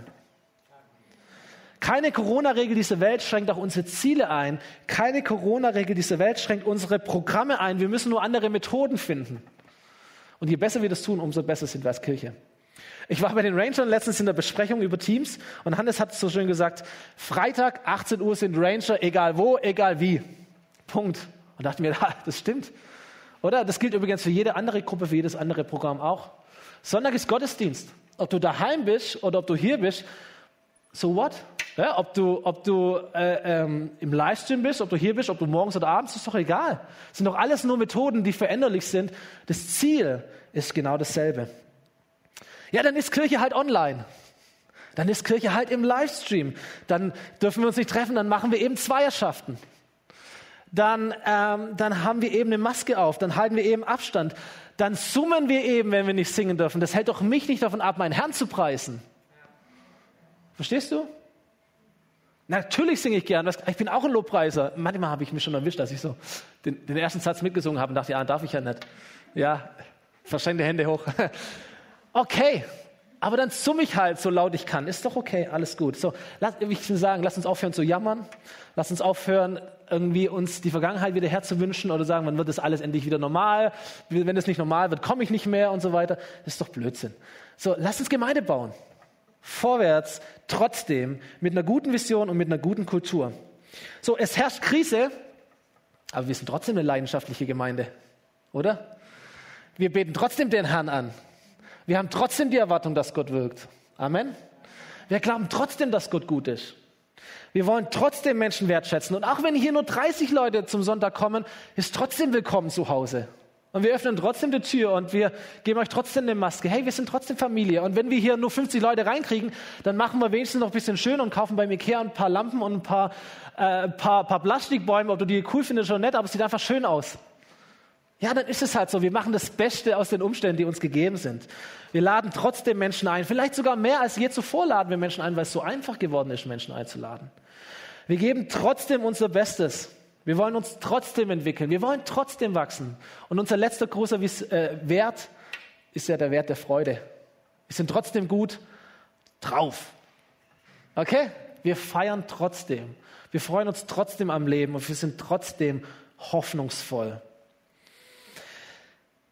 [SPEAKER 1] Keine Corona-Regel dieser Welt schränkt auch unsere Ziele ein. Keine Corona-Regel dieser Welt schränkt unsere Programme ein. Wir müssen nur andere Methoden finden. Und je besser wir das tun, umso besser sind wir als Kirche. Ich war bei den Rangern letztens in der Besprechung über Teams und Hannes hat so schön gesagt, Freitag, achtzehn Uhr sind Ranger, egal wo, egal wie. Punkt. Und dachte mir, das stimmt. Oder? Das gilt übrigens für jede andere Gruppe, für jedes andere Programm auch. Sonntag ist Gottesdienst. Ob du daheim bist oder ob du hier bist, so what? Ja, ob du, ob du äh, ähm, im Livestream bist, ob du hier bist, ob du morgens oder abends, ist doch egal. Das sind doch alles nur Methoden, die veränderlich sind. Das Ziel ist genau dasselbe. Ja, dann ist Kirche halt online. Dann ist Kirche halt im Livestream. Dann dürfen wir uns nicht treffen, dann machen wir eben Zweierschaften. Dann, ähm, dann haben wir eben eine Maske auf, dann halten wir eben Abstand. Dann summen wir eben, wenn wir nicht singen dürfen. Das hält doch mich nicht davon ab, meinen Herrn zu preisen. Verstehst du? Natürlich singe ich gern. Ich bin auch ein Lobpreiser. Manchmal habe ich mich schon erwischt, dass ich so den, den ersten Satz mitgesungen habe und dachte, ja, darf ich ja nicht. Ja, verschränkte Hände hoch. Okay, aber dann summe ich halt so laut ich kann. Ist doch okay, alles gut. So, lass, ich will sagen, lass uns aufhören zu jammern. Lass uns aufhören, irgendwie uns die Vergangenheit wieder herzuwünschen oder sagen, wann wird das alles endlich wieder normal? Wenn das nicht normal wird, komme ich nicht mehr und so weiter. Das ist doch Blödsinn. So, lass uns Gemeinde bauen. Vorwärts, trotzdem, mit einer guten Vision und mit einer guten Kultur. So, es herrscht Krise, aber wir sind trotzdem eine leidenschaftliche Gemeinde, oder? Wir beten trotzdem den Herrn an. Wir haben trotzdem die Erwartung, dass Gott wirkt. Amen. Wir glauben trotzdem, dass Gott gut ist. Wir wollen trotzdem Menschen wertschätzen. Und auch wenn hier nur dreißig Leute zum Sonntag kommen, ist trotzdem willkommen zu Hause. Und wir öffnen trotzdem die Tür und wir geben euch trotzdem eine Maske. Hey, wir sind trotzdem Familie. Und wenn wir hier nur fünfzig Leute reinkriegen, dann machen wir wenigstens noch ein bisschen schön und kaufen beim Ikea ein paar Lampen und ein paar, äh, paar, paar Plastikbäume, ob du die cool findest oder nicht, aber es sieht einfach schön aus. Ja, dann ist es halt so. Wir machen das Beste aus den Umständen, die uns gegeben sind. Wir laden trotzdem Menschen ein. Vielleicht sogar mehr als je zuvor laden wir Menschen ein, weil es so einfach geworden ist, Menschen einzuladen. Wir geben trotzdem unser Bestes. Wir wollen uns trotzdem entwickeln. Wir wollen trotzdem wachsen. Und unser letzter großer Wert ist ja der Wert der Freude. Wir sind trotzdem gut drauf. Okay? Wir feiern trotzdem. Wir freuen uns trotzdem am Leben und wir sind trotzdem hoffnungsvoll.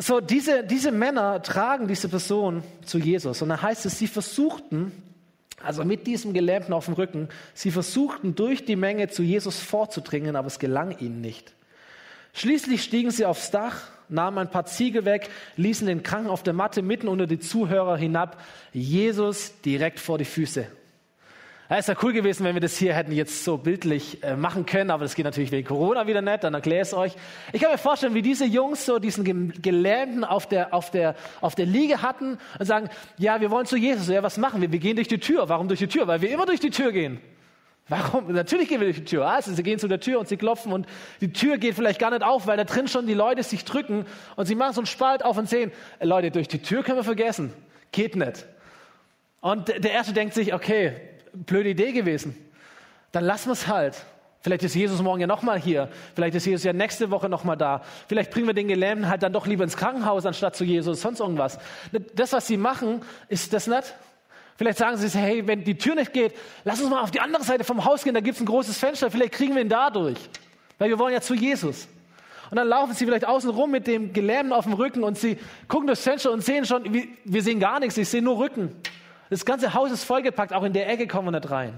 [SPEAKER 1] So, diese, diese Männer tragen diese Person zu Jesus. Und dann heißt es, sie versuchten, also mit diesem Gelähmten auf dem Rücken, sie versuchten durch die Menge zu Jesus vorzudringen, aber es gelang ihnen nicht. Schließlich stiegen sie aufs Dach, nahmen ein paar Ziegel weg, ließen den Kranken auf der Matte mitten unter die Zuhörer hinab, Jesus direkt vor die Füße. Ja, ist ja cool gewesen, wenn wir das hier hätten jetzt so bildlich äh, machen können, aber das geht natürlich wegen Corona wieder nicht, dann erkläre ich es euch. Ich kann mir vorstellen, wie diese Jungs so diesen Gelähmten auf der, auf der, auf der Liege hatten und sagen, ja, wir wollen zu Jesus. Ja, was machen wir? Wir gehen durch die Tür. Warum durch die Tür? Weil wir immer durch die Tür gehen. Warum? Natürlich gehen wir durch die Tür. Also sie gehen zu der Tür und sie klopfen und die Tür geht vielleicht gar nicht auf, weil da drin schon die Leute sich drücken und sie machen so einen Spalt auf und sehen, Leute, durch die Tür können wir vergessen. Geht nicht. Und der Erste denkt sich, okay, blöde Idee gewesen. Dann lassen wir es halt. Vielleicht ist Jesus morgen ja nochmal hier. Vielleicht ist Jesus ja nächste Woche nochmal da. Vielleicht bringen wir den Gelähmten halt dann doch lieber ins Krankenhaus, anstatt zu Jesus, sonst irgendwas. Das, was sie machen, ist das nicht. Vielleicht sagen sie, hey, wenn die Tür nicht geht, lass uns mal auf die andere Seite vom Haus gehen, da gibt es ein großes Fenster, vielleicht kriegen wir ihn da durch. Weil wir wollen ja zu Jesus. Und dann laufen sie vielleicht außen rum mit dem Gelähmten auf dem Rücken und sie gucken durchs Fenster und sehen schon, wir sehen gar nichts, ich sehe nur Rücken. Das ganze Haus ist vollgepackt, auch in der Ecke kommen wir nicht rein.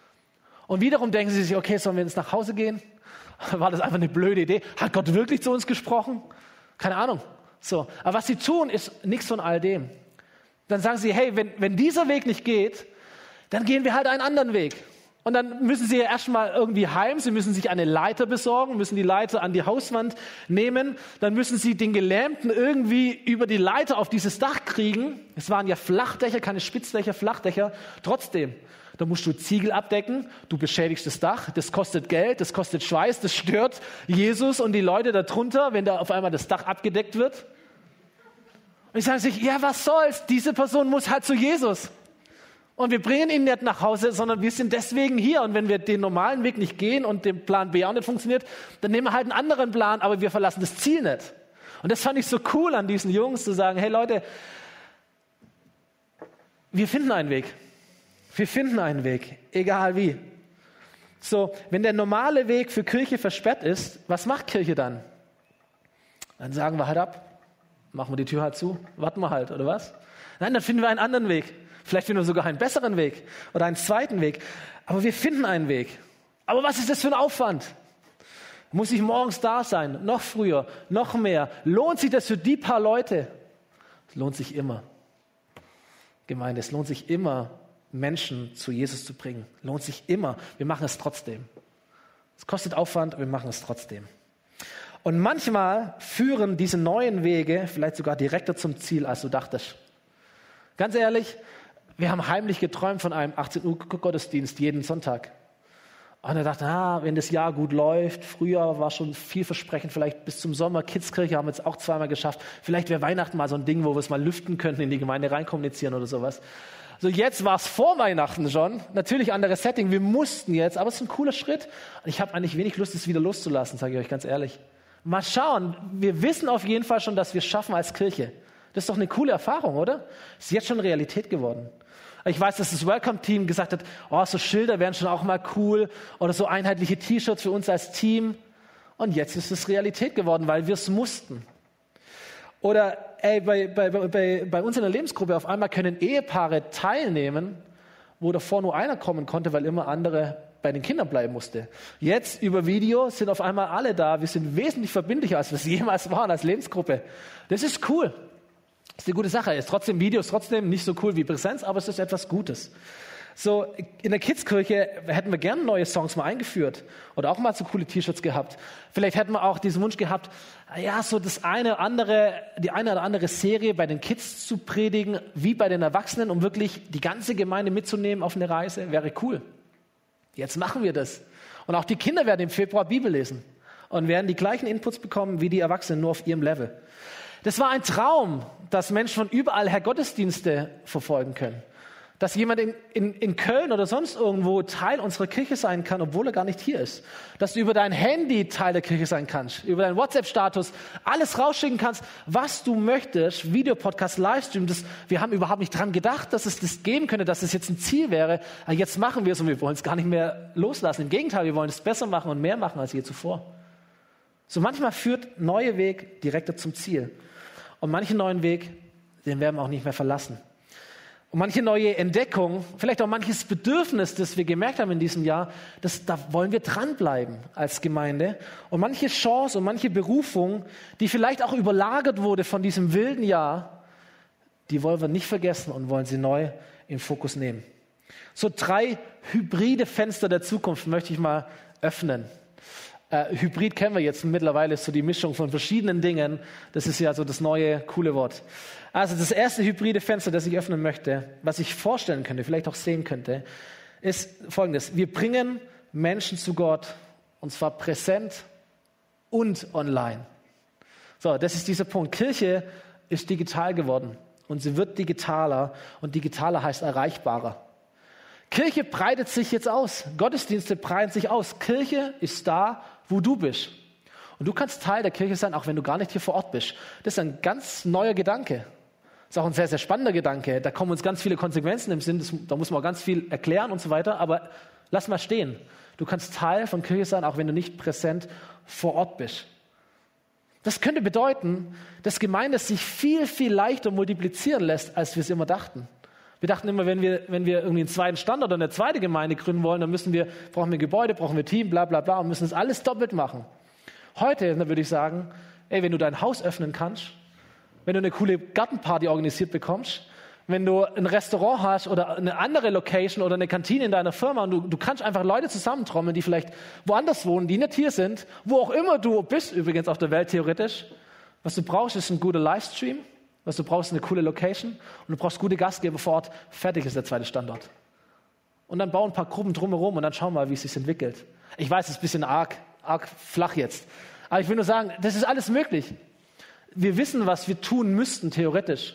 [SPEAKER 1] Und wiederum denken sie sich, okay, sollen wir jetzt nach Hause gehen? War das einfach eine blöde Idee? Hat Gott wirklich zu uns gesprochen? Keine Ahnung. So. Aber was sie tun, ist nichts von all dem. Dann sagen sie, hey, wenn, wenn dieser Weg nicht geht, dann gehen wir halt einen anderen Weg. Und dann müssen sie ja erstmal irgendwie heim, sie müssen sich eine Leiter besorgen, müssen die Leiter an die Hauswand nehmen, dann müssen sie den Gelähmten irgendwie über die Leiter auf dieses Dach kriegen. Es waren ja Flachdächer, keine Spitzdächer, Flachdächer. Trotzdem, da musst du Ziegel abdecken, du beschädigst das Dach, das kostet Geld, das kostet Schweiß, das stört Jesus und die Leute darunter, wenn da auf einmal das Dach abgedeckt wird. Und ich sage sich, ja, was soll's, diese Person muss halt zu Jesus. Und wir bringen ihn nicht nach Hause, sondern wir sind deswegen hier. Und wenn wir den normalen Weg nicht gehen und der Plan B auch nicht funktioniert, dann nehmen wir halt einen anderen Plan, aber wir verlassen das Ziel nicht. Und das fand ich so cool an diesen Jungs, zu sagen, hey Leute, wir finden einen Weg. Wir finden einen Weg, egal wie. So, wenn der normale Weg für Kirche versperrt ist, was macht Kirche dann? Dann sagen wir halt ab, machen wir die Tür halt zu, warten wir halt, oder was? Nein, dann finden wir einen anderen Weg. Vielleicht finden wir sogar einen besseren Weg oder einen zweiten Weg. Aber wir finden einen Weg. Aber was ist das für ein Aufwand? Muss ich morgens da sein? Noch früher? Noch mehr? Lohnt sich das für die paar Leute? Es lohnt sich immer. Gemeinde, es lohnt sich immer, Menschen zu Jesus zu bringen. Lohnt sich immer. Wir machen es trotzdem. Es kostet Aufwand, aber wir machen es trotzdem. Und manchmal führen diese neuen Wege vielleicht sogar direkter zum Ziel, als du dachtest. Ganz ehrlich, wir haben heimlich geträumt von einem achtzehn Uhr Gottesdienst jeden Sonntag. Und er dachte, ah, wenn das Jahr gut läuft, früher war schon vielversprechend, vielleicht bis zum Sommer, Kidskirche haben wir es auch zweimal geschafft. Vielleicht wäre Weihnachten mal so ein Ding, wo wir es mal lüften könnten, in die Gemeinde reinkommunizieren oder sowas. So, jetzt war es vor Weihnachten schon. Natürlich anderes Setting, wir mussten jetzt, aber es ist ein cooler Schritt. Und ich habe eigentlich wenig Lust, es wieder loszulassen, sage ich euch ganz ehrlich. Mal schauen, wir wissen auf jeden Fall schon, dass wir es schaffen als Kirche. Das ist doch eine coole Erfahrung, oder? Ist jetzt schon Realität geworden. Ich weiß, dass das Welcome-Team gesagt hat, oh, so Schilder wären schon auch mal cool oder so einheitliche T-Shirts für uns als Team. Und jetzt ist es Realität geworden, weil wir es mussten. Oder ey, bei, bei, bei, bei uns in der Lebensgruppe auf einmal können Ehepaare teilnehmen, wo davor nur einer kommen konnte, weil immer andere bei den Kindern bleiben musste. Jetzt über Video sind auf einmal alle da. Wir sind wesentlich verbindlicher, als wir es jemals waren als Lebensgruppe. Das ist cool. Das ist eine gute Sache. Ist trotzdem Video, ist trotzdem nicht so cool wie Präsenz, aber es ist etwas Gutes. So, in der Kidskirche hätten wir gerne neue Songs mal eingeführt oder auch mal so coole T-Shirts gehabt. Vielleicht hätten wir auch diesen Wunsch gehabt, ja, so das eine andere, die eine oder andere Serie bei den Kids zu predigen, wie bei den Erwachsenen, um wirklich die ganze Gemeinde mitzunehmen auf eine Reise. Wäre cool. Jetzt machen wir das. Und auch die Kinder werden im Februar Bibel lesen und werden die gleichen Inputs bekommen wie die Erwachsenen, nur auf ihrem Level. Das war ein Traum, dass Menschen von überall her Gottesdienste verfolgen können. Dass jemand in, in, in Köln oder sonst irgendwo Teil unserer Kirche sein kann, obwohl er gar nicht hier ist. Dass du über dein Handy Teil der Kirche sein kannst, über deinen WhatsApp-Status alles rausschicken kannst, was du möchtest, Videopodcast, Livestream. Das, wir haben überhaupt nicht dran gedacht, dass es das geben könnte, dass es jetzt ein Ziel wäre. Aber jetzt machen wir es und wir wollen es gar nicht mehr loslassen. Im Gegenteil, wir wollen es besser machen und mehr machen als je zuvor. So manchmal führt neuer Weg direkter zum Ziel. Und manchen neuen Weg, den werden wir auch nicht mehr verlassen. Und manche neue Entdeckung, vielleicht auch manches Bedürfnis, das wir gemerkt haben in diesem Jahr, das, da wollen wir dranbleiben als Gemeinde. Und manche Chance und manche Berufung, die vielleicht auch überlagert wurde von diesem wilden Jahr, die wollen wir nicht vergessen und wollen sie neu in Fokus nehmen. So drei hybride Fenster der Zukunft möchte ich mal öffnen. Äh, Hybrid kennen wir jetzt mittlerweile, ist so die Mischung von verschiedenen Dingen. Das ist ja so das neue, coole Wort. Also das erste hybride Fenster, das ich öffnen möchte, was ich vorstellen könnte, vielleicht auch sehen könnte, ist Folgendes. Wir bringen Menschen zu Gott, und zwar präsent und online. So, das ist dieser Punkt. Kirche ist digital geworden und sie wird digitaler, und digitaler heißt erreichbarer. Kirche breitet sich jetzt aus. Gottesdienste breiten sich aus. Kirche ist da, wo du bist. Und du kannst Teil der Kirche sein, auch wenn du gar nicht hier vor Ort bist. Das ist ein ganz neuer Gedanke. Das ist auch ein sehr, sehr spannender Gedanke. Da kommen uns ganz viele Konsequenzen im Sinn, das, da muss man auch ganz viel erklären und so weiter. Aber lass mal stehen. Du kannst Teil von Kirche sein, auch wenn du nicht präsent vor Ort bist. Das könnte bedeuten, dass Gemeinde sich viel, viel leichter multiplizieren lässt, als wir es immer dachten. Wir dachten immer, wenn wir, wenn wir irgendwie einen zweiten Standort oder eine zweite Gemeinde gründen wollen, dann müssen wir, brauchen wir Gebäude, brauchen wir Team, bla bla bla, und müssen das alles doppelt machen. Heute, dann würde ich sagen, ey, wenn du dein Haus öffnen kannst, wenn du eine coole Gartenparty organisiert bekommst, wenn du ein Restaurant hast oder eine andere Location oder eine Kantine in deiner Firma, und du, du kannst einfach Leute zusammentrommeln, die vielleicht woanders wohnen, die nicht hier sind, wo auch immer du bist, übrigens auf der Welt theoretisch. Was du brauchst, ist ein guter Livestream. Was du brauchst, ist eine coole Location, und du brauchst gute Gastgeber vor Ort. Fertig ist der zweite Standort. Und dann bauen ein paar Gruppen drumherum und dann schauen wir mal, wie es sich entwickelt. Ich weiß, es ist ein bisschen arg, arg flach jetzt. Aber ich will nur sagen, das ist alles möglich. Wir wissen, was wir tun müssten, theoretisch.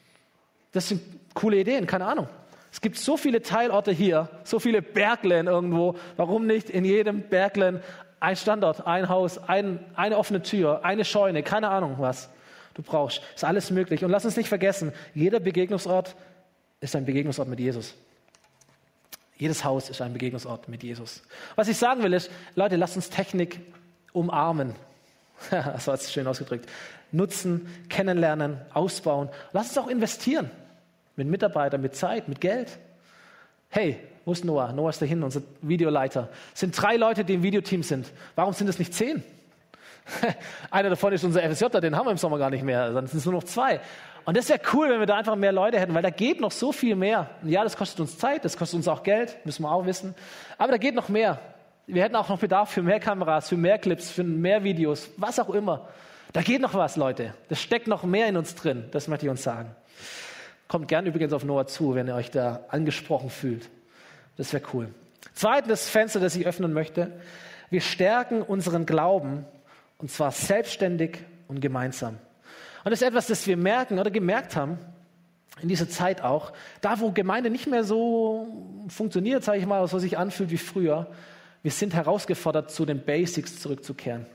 [SPEAKER 1] Das sind coole Ideen, keine Ahnung. Es gibt so viele Teilorte hier, so viele Berglen irgendwo. Warum nicht in jedem Berglen ein Standort, ein Haus, ein, eine offene Tür, eine Scheune, keine Ahnung was du brauchst. Ist alles möglich. Und lass uns nicht vergessen, jeder Begegnungsort ist ein Begegnungsort mit Jesus. Jedes Haus ist ein Begegnungsort mit Jesus. Was ich sagen will ist, Leute, lasst uns Technik umarmen. Das war jetzt schön ausgedrückt. Nutzen, kennenlernen, ausbauen. Lass uns auch investieren. Mit Mitarbeitern, mit Zeit, mit Geld. Hey, wo ist Noah? Noah ist da hinten, unser Videoleiter. Es sind drei Leute, die im Videoteam sind. Warum sind es nicht zehn? Einer davon ist unser F S J, den haben wir im Sommer gar nicht mehr, dann sind es nur noch zwei. Und das wäre cool, wenn wir da einfach mehr Leute hätten, weil da geht noch so viel mehr. Und ja, das kostet uns Zeit, das kostet uns auch Geld, müssen wir auch wissen. Aber da geht noch mehr. Wir hätten auch noch Bedarf für mehr Kameras, für mehr Clips, für mehr Videos, was auch immer. Da geht noch was, Leute. Das steckt noch mehr in uns drin, das möchte ich uns sagen. Kommt gern übrigens auf Noah zu, wenn ihr euch da angesprochen fühlt. Das wäre cool. Zweitens Fenster, das ich öffnen möchte. Wir stärken unseren Glauben, und zwar selbstständig und gemeinsam. Und das ist etwas, das wir merken oder gemerkt haben, in dieser Zeit auch, da wo Gemeinde nicht mehr so funktioniert, sage ich mal, so sich anfühlt wie früher, wir sind herausgefordert, zu den Basics zurückzukehren.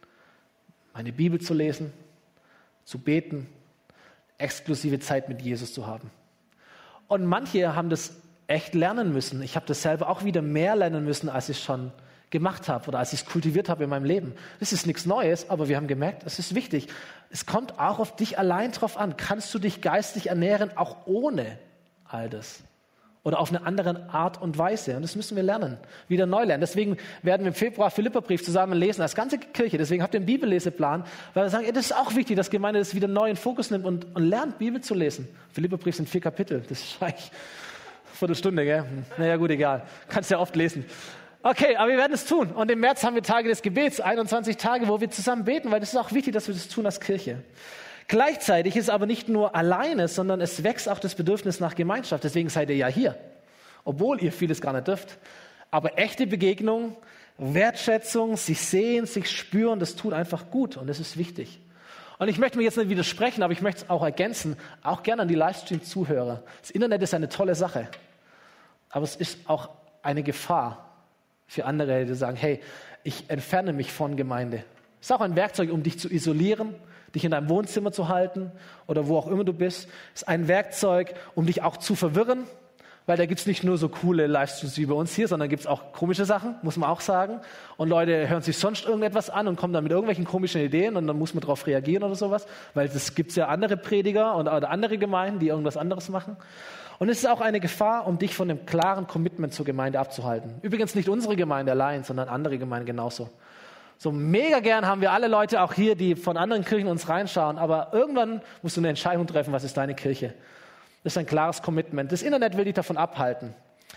[SPEAKER 1] Eine Bibel zu lesen, zu beten, exklusive Zeit mit Jesus zu haben. Und manche haben das echt lernen müssen. Ich habe das selber auch wieder mehr lernen müssen, als ich schon gemacht habe oder als ich es kultiviert habe in meinem Leben. Das ist nichts Neues, aber wir haben gemerkt, es ist wichtig. Es kommt auch auf dich allein drauf an. Kannst du dich geistlich ernähren, auch ohne all das? Oder auf eine andere Art und Weise. Und das müssen wir lernen, wieder neu lernen. Deswegen werden wir im Februar Philipperbrief zusammen lesen, als ganze Kirche. Deswegen habt ihr einen Bibelleseplan, weil wir sagen, ey, das ist auch wichtig, dass Gemeinde das wieder neu in Fokus nimmt und, und lernt, Bibel zu lesen. Philipperbrief sind vier Kapitel. Das ist eigentlich eine Viertelstunde, gell? Naja, gut, egal. Kannst ja oft lesen. Okay, aber wir werden es tun. Und im März haben wir Tage des Gebets, einundzwanzig Tage, wo wir zusammen beten, weil das ist auch wichtig, dass wir das tun als Kirche. Gleichzeitig ist es aber nicht nur alleine, sondern es wächst auch das Bedürfnis nach Gemeinschaft. Deswegen seid ihr ja hier, obwohl ihr vieles gar nicht dürft. Aber echte Begegnung, Wertschätzung, sich sehen, sich spüren, das tut einfach gut und das ist wichtig. Und ich möchte mir jetzt nicht widersprechen, aber ich möchte es auch ergänzen, auch gerne an die Livestream-Zuhörer. Das Internet ist eine tolle Sache, aber es ist auch eine Gefahr für andere, die sagen, hey, ich entferne mich von Gemeinde. Es ist auch ein Werkzeug, um dich zu isolieren, dich in deinem Wohnzimmer zu halten oder wo auch immer du bist. Es ist ein Werkzeug, um dich auch zu verwirren, Weil da gibt's nicht nur so coole Livestreams wie bei uns hier, sondern gibt's auch komische Sachen, muss man auch sagen. Und Leute hören sich sonst irgendetwas an und kommen dann mit irgendwelchen komischen Ideen und dann muss man darauf reagieren oder sowas. Weil es gibt's ja andere Prediger und, oder andere Gemeinden, die irgendwas anderes machen. Und es ist auch eine Gefahr, um dich von einem klaren Commitment zur Gemeinde abzuhalten. Übrigens nicht unsere Gemeinde allein, sondern andere Gemeinden genauso. So mega gern haben wir alle Leute auch hier, die von anderen Kirchen uns reinschauen, aber irgendwann musst du eine Entscheidung treffen, was ist deine Kirche? Das ist ein klares Commitment. Das Internet will dich davon abhalten,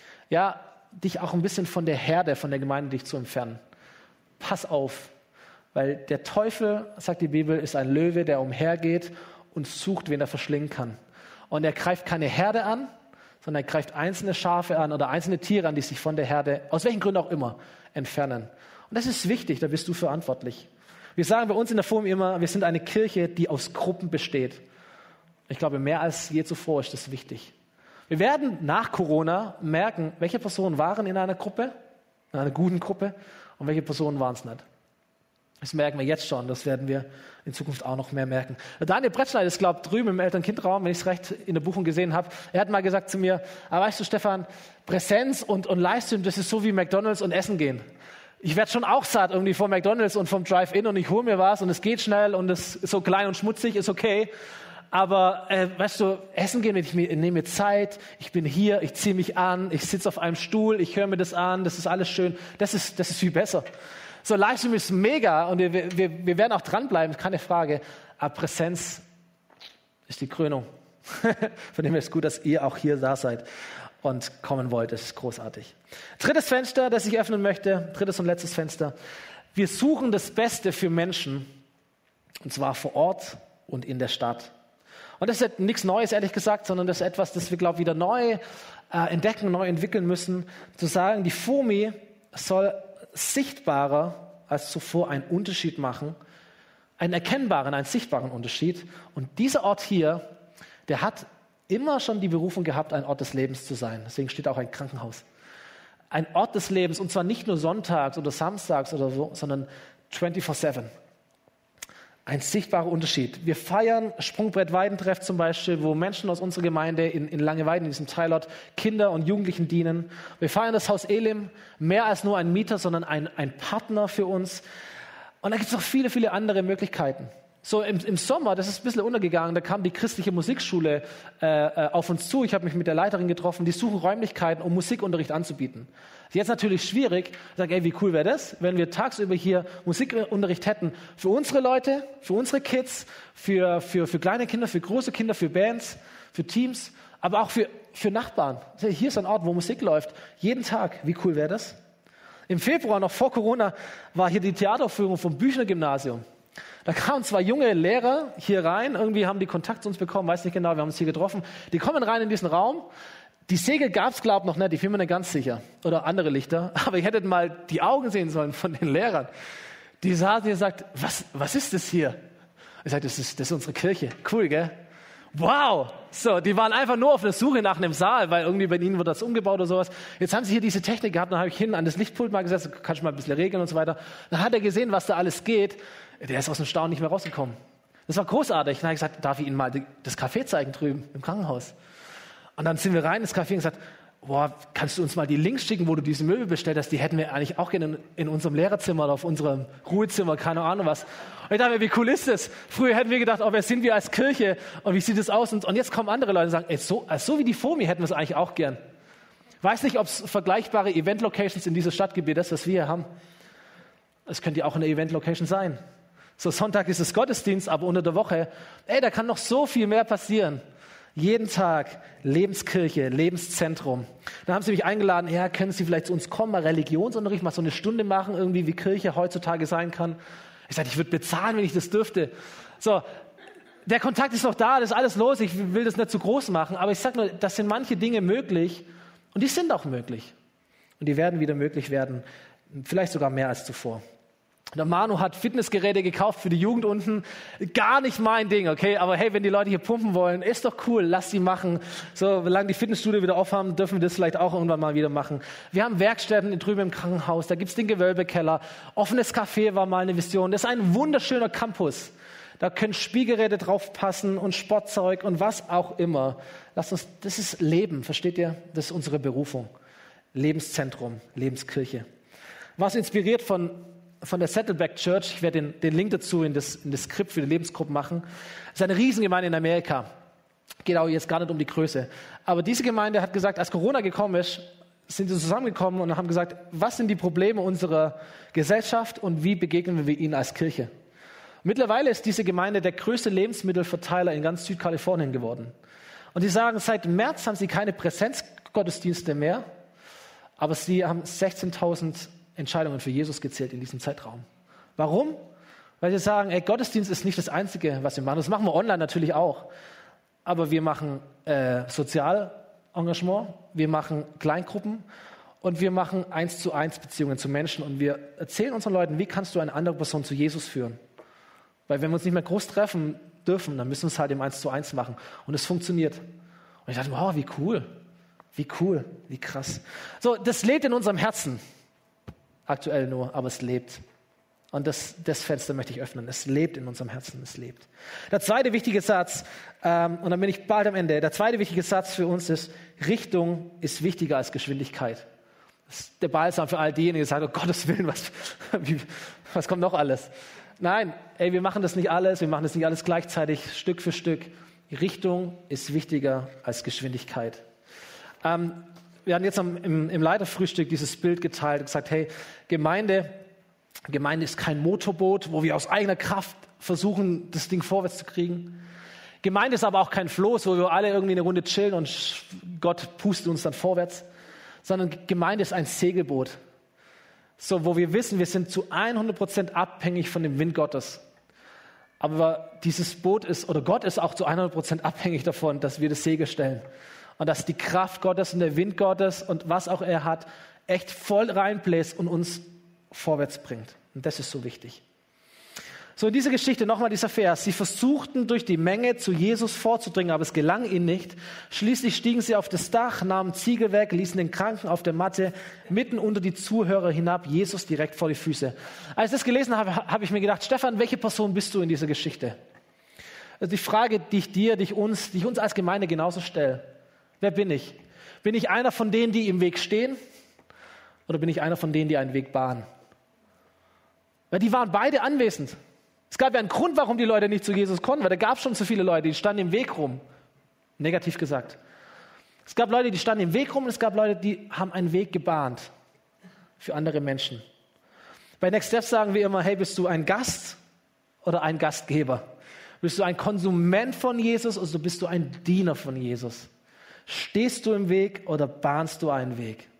[SPEAKER 1] ja, dich auch ein bisschen von der Herde, von der Gemeinde dich zu entfernen. Pass auf, weil der Teufel, sagt die Bibel, ist ein Löwe, der umhergeht und sucht, wen er verschlingen kann. Und er greift keine Herde an, sondern er greift einzelne Schafe an oder einzelne Tiere an, die sich von der Herde, aus welchen Gründen auch immer, entfernen. Und das ist wichtig, da bist du verantwortlich. Wir sagen bei uns in der Forum immer, wir sind eine Kirche, die aus Gruppen besteht. Ich glaube, mehr als je zuvor ist das wichtig. Wir werden nach Corona merken, welche Personen waren in einer Gruppe, in einer guten Gruppe, und welche Personen waren es nicht. Das merken wir jetzt schon, das werden wir in Zukunft auch noch mehr merken. Daniel Brettschneider ist, glaube ich, drüben im Eltern-Kind-Raum, wenn ich es recht in der Buchung gesehen habe. Er hat mal gesagt zu mir, aber weißt du, Stefan, Präsenz und, und Livestream, das ist so wie McDonald's und Essen gehen. Ich werde schon auch satt irgendwie vom McDonald's und vom Drive-In und ich hole mir was und es geht schnell und es ist so klein und schmutzig, ist okay. Aber äh, weißt du, essen gehen, ich, mir, ich nehme mir Zeit, ich bin hier, ich ziehe mich an, ich sitze auf einem Stuhl, ich höre mir das an, das ist alles schön. Das ist, das ist viel besser. So, Livestream ist mega und wir, wir, wir werden auch dranbleiben, keine Frage. Aber Präsenz ist die Krönung. Von dem her ist es gut, dass ihr auch hier da seid und kommen wollt. Das ist großartig. Drittes Fenster, das ich öffnen möchte, drittes und letztes Fenster. Wir suchen das Beste für Menschen, und zwar vor Ort und in der Stadt. Und das ist nichts Neues, ehrlich gesagt, sondern das ist etwas, das wir, glaube ich, wieder neu äh, entdecken, neu entwickeln müssen. Zu sagen, die FOMI soll sichtbarer als zuvor einen Unterschied machen, einen erkennbaren, einen sichtbaren Unterschied. Und dieser Ort hier, der hat immer schon die Berufung gehabt, ein Ort des Lebens zu sein. Deswegen steht auch ein Krankenhaus. Ein Ort des Lebens, und zwar nicht nur sonntags oder samstags oder so, sondern vierundzwanzig sieben. Ein sichtbarer Unterschied. Wir feiern Sprungbrett Weidentreff zum Beispiel, wo Menschen aus unserer Gemeinde in, in Langeweiden, in diesem Teilort, Kinder und Jugendlichen dienen. Wir feiern das Haus Elim, mehr als nur ein Mieter, sondern ein, ein Partner für uns. Und da gibt es noch viele, viele andere Möglichkeiten. So im, im Sommer, das ist ein bisschen untergegangen, da kam die christliche Musikschule äh, auf uns zu. Ich habe mich mit der Leiterin getroffen, die suchen Räumlichkeiten, um Musikunterricht anzubieten. Jetzt natürlich schwierig. Ich sage, ey, wie cool wäre das, wenn wir tagsüber hier Musikunterricht hätten für unsere Leute, für unsere Kids, für, für, für kleine Kinder, für große Kinder, für Bands, für Teams, aber auch für, für Nachbarn. Hier ist ein Ort, wo Musik läuft, jeden Tag. Wie cool wäre das? Im Februar, noch vor Corona, war hier die Theateraufführung vom Büchner Gymnasium. Da kamen zwei junge Lehrer hier rein, irgendwie haben die Kontakt zu uns bekommen, weiß nicht genau, wir haben uns hier getroffen. Die kommen rein in diesen Raum. Die Segel gab es, glaube ich, noch nicht, ich bin mir nicht ganz sicher. Oder andere Lichter. Aber ihr hättet mal die Augen sehen sollen von den Lehrern. Die saßen hier und sagt, was, was ist das hier? Ich sage, das ist, das ist unsere Kirche. Cool, gell? Wow! So, die waren einfach nur auf der Suche nach einem Saal, weil irgendwie bei ihnen wird das umgebaut oder sowas. Jetzt haben sie hier diese Technik gehabt, dann habe ich hin an das Lichtpult mal gesetzt, kannst du mal ein bisschen regeln und so weiter. Dann hat er gesehen, was da alles geht. Der ist aus dem Staunen nicht mehr rausgekommen. Das war großartig. Dann habe ich gesagt, darf ich Ihnen mal das Café zeigen drüben im Krankenhaus? Und dann sind wir rein ins Café und gesagt, boah, kannst du uns mal die Links schicken, wo du diese Möbel bestellt hast? Die hätten wir eigentlich auch gerne in, in unserem Lehrerzimmer oder auf unserem Ruhezimmer, keine Ahnung was. Und ich dachte mir, wie cool ist das? Früher hätten wir gedacht, oh, wer sind wir als Kirche? Und wie sieht das aus? Und, und jetzt kommen andere Leute und sagen, ey, so, also so wie die FOMI hätten wir es eigentlich auch gern. Weiß nicht, ob es vergleichbare Event-Locations in dieser Stadtgebiet ist, was wir hier haben. Es könnte ja auch eine Event-Location sein. So, Sonntag ist es Gottesdienst, aber unter der Woche, ey, da kann noch so viel mehr passieren. Jeden Tag Lebenskirche, Lebenszentrum. Dann haben sie mich eingeladen, ja, können Sie vielleicht zu uns kommen, mal Religionsunterricht, mal so eine Stunde machen, irgendwie wie Kirche heutzutage sein kann. Ich sagte, ich würde bezahlen, wenn ich das dürfte. So, der Kontakt ist noch da, das ist alles los, ich will das nicht zu groß machen, aber ich sage nur, das sind manche Dinge möglich und die sind auch möglich. Und die werden wieder möglich werden, vielleicht sogar mehr als zuvor. Der Manu hat Fitnessgeräte gekauft für die Jugend unten. Gar nicht mein Ding, okay? Aber hey, wenn die Leute hier pumpen wollen, ist doch cool, lass sie machen. So, solange die Fitnessstudio wieder aufhaben, dürfen wir das vielleicht auch irgendwann mal wieder machen. Wir haben Werkstätten drüben im Krankenhaus, da gibt's den Gewölbekeller. Offenes Café war mal eine Vision. Das ist ein wunderschöner Campus. Da können Spielgeräte drauf passen und Sportzeug und was auch immer. Lasst uns, das ist Leben, versteht ihr? Das ist unsere Berufung. Lebenszentrum, Lebenskirche. Was inspiriert von, von der Saddleback Church, ich werde den, den Link dazu in das, in das Skript für die Lebensgruppen machen. Das ist eine Riesengemeinde in Amerika. Geht auch jetzt gar nicht um die Größe. Aber diese Gemeinde hat gesagt, als Corona gekommen ist, sind sie zusammengekommen und haben gesagt, was sind die Probleme unserer Gesellschaft und wie begegnen wir ihnen als Kirche? Mittlerweile ist diese Gemeinde der größte Lebensmittelverteiler in ganz Südkalifornien geworden. Und sie sagen, seit März haben sie keine Präsenzgottesdienste mehr, aber sie haben sechzehntausend Entscheidungen für Jesus gezählt in diesem Zeitraum. Warum? Weil sie sagen, ey, Gottesdienst ist nicht das Einzige, was wir machen. Das machen wir online natürlich auch. Aber wir machen äh, Sozialengagement, wir machen Kleingruppen und wir machen eins zu eins Beziehungen zu Menschen und wir erzählen unseren Leuten, wie kannst du eine andere Person zu Jesus führen? Weil wenn wir uns nicht mehr groß treffen dürfen, dann müssen wir es halt im eins zu eins machen. Und es funktioniert. Und ich dachte, wow, wie cool, wie cool, wie krass. So, das lebt in unserem Herzen. Aktuell nur, aber es lebt. Und das, das Fenster möchte ich öffnen. Es lebt in unserem Herzen, es lebt. Der zweite wichtige Satz, ähm, und dann bin ich bald am Ende, der zweite wichtige Satz für uns ist, Richtung ist wichtiger als Geschwindigkeit. Das ist der Balsam für all diejenigen, die sagen, oh Gottes Willen, was, wie, was kommt noch alles? Nein, ey, wir machen das nicht alles, wir machen das nicht alles gleichzeitig, Stück für Stück. Die Richtung ist wichtiger als Geschwindigkeit. Ähm, wir haben jetzt am, im, im Leiterfrühstück dieses Bild geteilt und gesagt, hey, Gemeinde, Gemeinde ist kein Motorboot, wo wir aus eigener Kraft versuchen, das Ding vorwärts zu kriegen. Gemeinde ist aber auch kein Floß, wo wir alle irgendwie eine Runde chillen und Gott pustet uns dann vorwärts. Sondern Gemeinde ist ein Segelboot. So, wo wir wissen, wir sind zu hundert Prozent abhängig von dem Wind Gottes. Aber dieses Boot ist, oder Gott ist auch zu hundert Prozent abhängig davon, dass wir das Segel stellen. Und dass die Kraft Gottes und der Wind Gottes und was auch er hat, echt voll reinbläst und uns vorwärts bringt. Und das ist so wichtig. So, in dieser Geschichte nochmal dieser Vers. Sie versuchten durch die Menge zu Jesus vorzudringen, aber es gelang ihnen nicht. Schließlich stiegen sie auf das Dach, nahmen Ziegel weg, ließen den Kranken auf der Matte mitten unter die Zuhörer hinab, Jesus direkt vor die Füße. Als ich das gelesen habe, habe ich mir gedacht, Stefan, welche Person bist du in dieser Geschichte? Also die Frage, die ich dir, die ich uns, die ich uns als Gemeinde genauso stelle. Wer bin ich? Bin ich einer von denen, die im Weg stehen? Oder bin ich einer von denen, die einen Weg bahnen? Weil die waren beide anwesend. Es gab ja einen Grund, warum die Leute nicht zu Jesus konnten, weil da gab es schon zu viele Leute, die standen im Weg rum. Negativ gesagt. Es gab Leute, die standen im Weg rum und es gab Leute, die haben einen Weg gebahnt für andere Menschen. Bei Next Steps sagen wir immer, hey, bist du ein Gast oder ein Gastgeber? Bist du ein Konsument von Jesus oder bist du ein Diener von Jesus? Stehst du im Weg oder bahnst du einen Weg?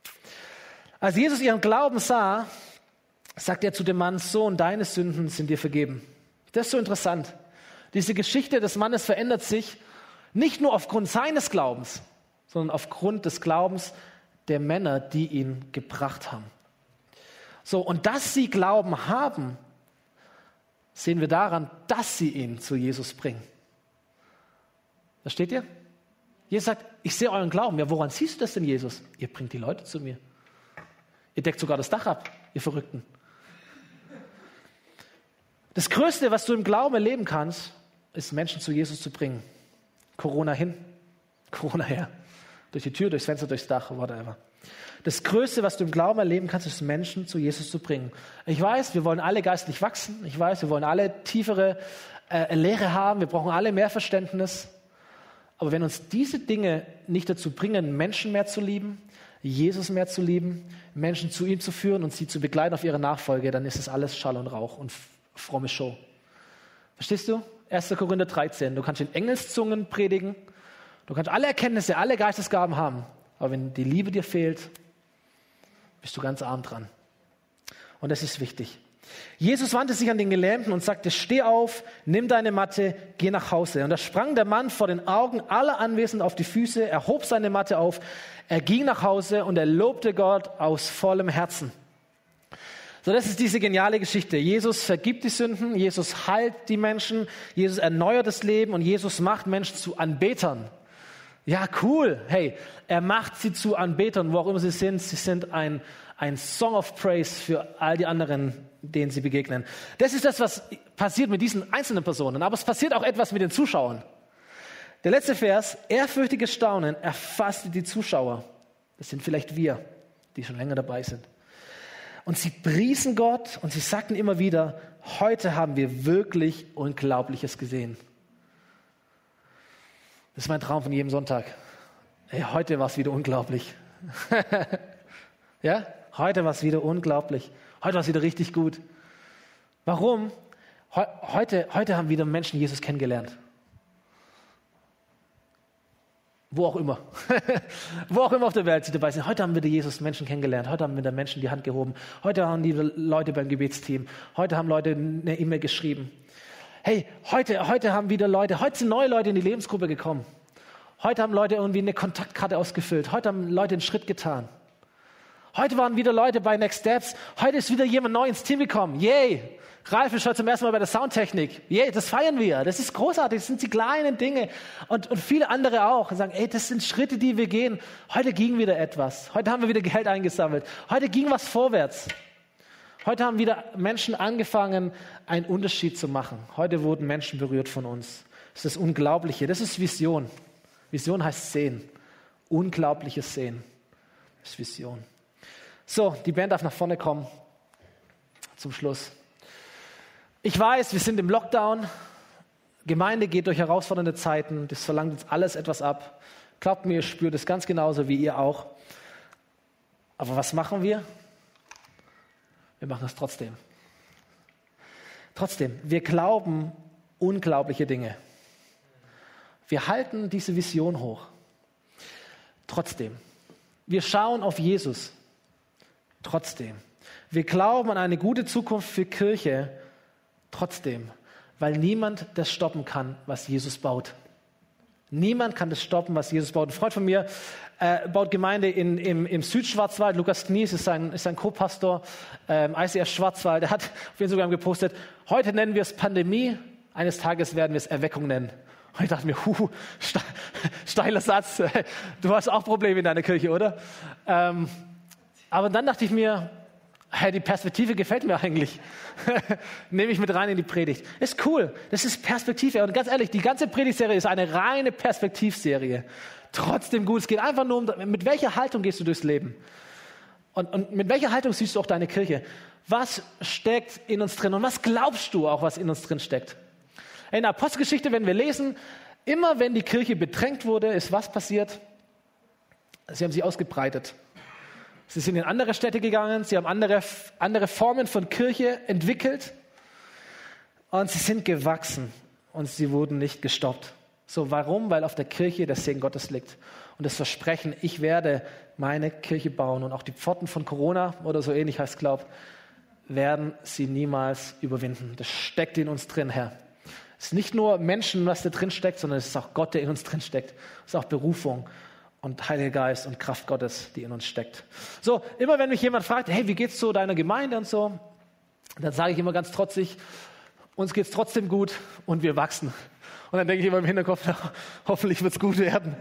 [SPEAKER 1] Als Jesus ihren Glauben sah, sagt er zu dem Mann, Sohn, deine Sünden sind dir vergeben. Das ist so interessant. Diese Geschichte des Mannes verändert sich nicht nur aufgrund seines Glaubens, sondern aufgrund des Glaubens der Männer, die ihn gebracht haben. So, und dass sie Glauben haben, sehen wir daran, dass sie ihn zu Jesus bringen. Versteht ihr? Jesus sagt, ich sehe euren Glauben. Ja, woran siehst du das denn, Jesus? Ihr bringt die Leute zu mir. Ihr deckt sogar das Dach ab, ihr Verrückten. Das Größte, was du im Glauben erleben kannst, ist, Menschen zu Jesus zu bringen. Corona hin, Corona her. Durch die Tür, durchs Fenster, durchs Dach, whatever. Das Größte, was du im Glauben erleben kannst, ist, Menschen zu Jesus zu bringen. Ich weiß, wir wollen alle geistlich wachsen. Ich weiß, wir wollen alle tiefere äh, Lehre haben. Wir brauchen alle mehr Verständnis. Aber wenn uns diese Dinge nicht dazu bringen, Menschen mehr zu lieben, Jesus mehr zu lieben, Menschen zu ihm zu führen und sie zu begleiten auf ihre Nachfolge, dann ist es alles Schall und Rauch und fromme Show. Verstehst du? erster Korinther dreizehn. Du kannst in Engelszungen predigen. Du kannst alle Erkenntnisse, alle Geistesgaben haben. Aber wenn die Liebe dir fehlt, bist du ganz arm dran. Und das ist wichtig. Jesus wandte sich an den Gelähmten und sagte, steh auf, nimm deine Matte, geh nach Hause. Und da sprang der Mann vor den Augen aller Anwesenden auf die Füße, er hob seine Matte auf, er ging nach Hause und er lobte Gott aus vollem Herzen. So, das ist diese geniale Geschichte. Jesus vergibt die Sünden, Jesus heilt die Menschen, Jesus erneuert das Leben und Jesus macht Menschen zu Anbetern. Ja, cool. Hey, er macht sie zu Anbetern, wo auch immer sie sind. Sie sind ein, Ein Song of Praise für all die anderen, denen sie begegnen. Das ist das, was passiert mit diesen einzelnen Personen. Aber es passiert auch etwas mit den Zuschauern. Der letzte Vers, ehrfürchtiges Staunen erfasste die Zuschauer. Das sind vielleicht wir, die schon länger dabei sind. Und sie priesen Gott und sie sagten immer wieder, heute haben wir wirklich Unglaubliches gesehen. Das ist mein Traum von jedem Sonntag. Hey, heute war es wieder unglaublich. Ja, heute war es wieder unglaublich. Heute war es wieder richtig gut. Warum? He- heute, heute haben wieder Menschen Jesus kennengelernt. Wo auch immer. Wo auch immer auf der Welt sie dabei sind. Heute haben wir die Jesus Menschen kennengelernt. Heute haben wir den Menschen die Hand gehoben. Heute haben die Leute beim Gebetsteam. Heute haben Leute eine E-Mail geschrieben. Hey, heute, heute haben wieder Leute, heute sind neue Leute in die Lebensgruppe gekommen. Heute haben Leute irgendwie eine Kontaktkarte ausgefüllt. Heute haben Leute einen Schritt getan. Heute waren wieder Leute bei Next Steps. Heute ist wieder jemand neu ins Team gekommen. Yay! Ralf ist heute zum ersten Mal bei der Soundtechnik. Yay, das feiern wir. Das ist großartig. Das sind die kleinen Dinge. Und, und viele andere auch. Und sagen, ey, das sind Schritte, die wir gehen. Heute ging wieder etwas. Heute haben wir wieder Geld eingesammelt. Heute ging was vorwärts. Heute haben wieder Menschen angefangen, einen Unterschied zu machen. Heute wurden Menschen berührt von uns. Das ist das Unglaubliche. Das ist Vision. Vision heißt sehen. Unglaubliches Sehen. Das ist Vision. So, die Band darf nach vorne kommen. Zum Schluss. Ich weiß, wir sind im Lockdown. Gemeinde geht durch herausfordernde Zeiten. Das verlangt uns alles etwas ab. Glaubt mir, ihr spürt es ganz genauso wie ihr auch. Aber was machen wir? Wir machen es trotzdem. Trotzdem, wir glauben unglaubliche Dinge. Wir halten diese Vision hoch. Trotzdem. Wir schauen auf Jesus. Trotzdem. Wir glauben an eine gute Zukunft für Kirche. Trotzdem. Weil niemand das stoppen kann, was Jesus baut. Niemand kann das stoppen, was Jesus baut. Ein Freund von mir äh, baut Gemeinde in, im, im Südschwarzwald. Lukas Knies ist sein, ist sein Co-Pastor, ähm, I C F Schwarzwald. Er hat auf Instagram gepostet, heute nennen wir es Pandemie, eines Tages werden wir es Erweckung nennen. Und ich dachte mir, huh, ste- steiler Satz. Du hast auch Probleme in deiner Kirche, oder? Ähm, aber dann dachte ich mir, hey, die Perspektive gefällt mir eigentlich. Nehme ich mit rein in die Predigt. Ist cool. Das ist Perspektive. Und ganz ehrlich, die ganze Predigtserie ist eine reine Perspektivserie. Trotzdem gut. Es geht einfach nur um, mit welcher Haltung gehst du durchs Leben? Und, und mit welcher Haltung siehst du auch deine Kirche? Was steckt in uns drin? Und was glaubst du auch, was in uns drin steckt? In der Apostelgeschichte, wenn wir lesen, immer wenn die Kirche bedrängt wurde, ist was passiert? Sie haben sich ausgebreitet. Sie sind in andere Städte gegangen, sie haben andere, andere Formen von Kirche entwickelt und sie sind gewachsen und sie wurden nicht gestoppt. So, warum? Weil auf der Kirche der Segen Gottes liegt. Und das Versprechen, ich werde meine Kirche bauen und auch die Pforten von Corona oder so ähnlich heißt es, glaub, werden sie niemals überwinden. Das steckt in uns drin, Herr. Es ist nicht nur Menschen, was da drin steckt, sondern es ist auch Gott, der in uns drin steckt. Es ist auch Berufung. Und Heiliger Geist und Kraft Gottes, die in uns steckt. So, immer wenn mich jemand fragt, hey, wie geht's so deiner Gemeinde und so, dann sage ich immer ganz trotzig, uns geht's trotzdem gut und wir wachsen. Und dann denke ich immer im Hinterkopf, na, hoffentlich wird's gut werden.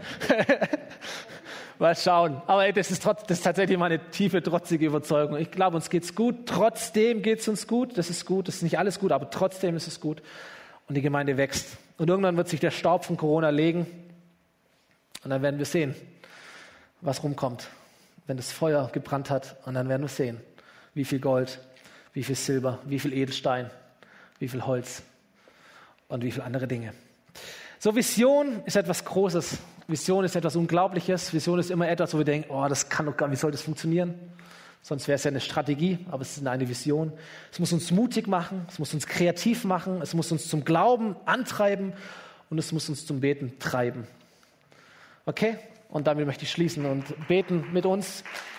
[SPEAKER 1] Mal schauen. Aber ey, das ist, trotz, das ist tatsächlich meine tiefe, trotzige Überzeugung. Ich glaube, uns geht's gut. Trotzdem geht's uns gut. Das ist gut. Das ist nicht alles gut, aber trotzdem ist es gut. Und die Gemeinde wächst. Und irgendwann wird sich der Staub von Corona legen. Und dann werden wir sehen, was rumkommt, wenn das Feuer gebrannt hat. Und dann werden wir sehen, wie viel Gold, wie viel Silber, wie viel Edelstein, wie viel Holz und wie viele andere Dinge. So, Vision ist etwas Großes. Vision ist etwas Unglaubliches. Vision ist immer etwas, wo wir denken, oh, das kann doch gar nicht, wie soll das funktionieren? Sonst wäre es ja eine Strategie, aber es ist eine Vision. Es muss uns mutig machen, es muss uns kreativ machen, es muss uns zum Glauben antreiben und es muss uns zum Beten treiben. Okay? Und damit möchte ich schließen und beten mit uns.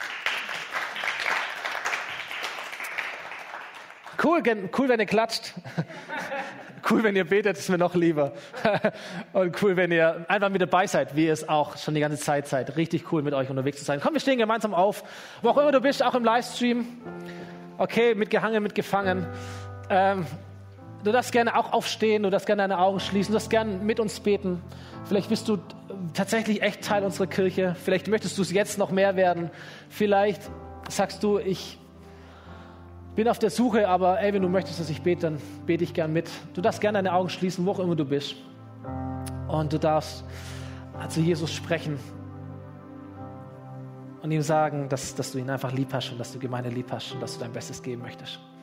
[SPEAKER 1] Cool, cool, wenn ihr klatscht. Cool, wenn ihr betet, ist mir noch lieber. Und cool, wenn ihr einfach mit dabei seid, wie ihr es auch schon die ganze Zeit seid. Richtig cool, mit euch unterwegs zu sein. Komm, wir stehen gemeinsam auf. Wo auch immer du bist, auch im Livestream. Okay, mitgehangen, mitgefangen. Ähm, du darfst gerne auch aufstehen, du darfst gerne deine Augen schließen, du darfst gerne mit uns beten. Vielleicht bist du tatsächlich echt Teil unserer Kirche. Vielleicht möchtest du es jetzt noch mehr werden. Vielleicht sagst du, ich bin auf der Suche, aber ey, wenn du möchtest, dass ich bete, dann bete ich gern mit. Du darfst gerne deine Augen schließen, wo auch immer du bist. Und du darfst zu Jesus sprechen und ihm sagen, dass, dass du ihn einfach lieb hast und dass du Gemeinde lieb hast und dass du dein Bestes geben möchtest.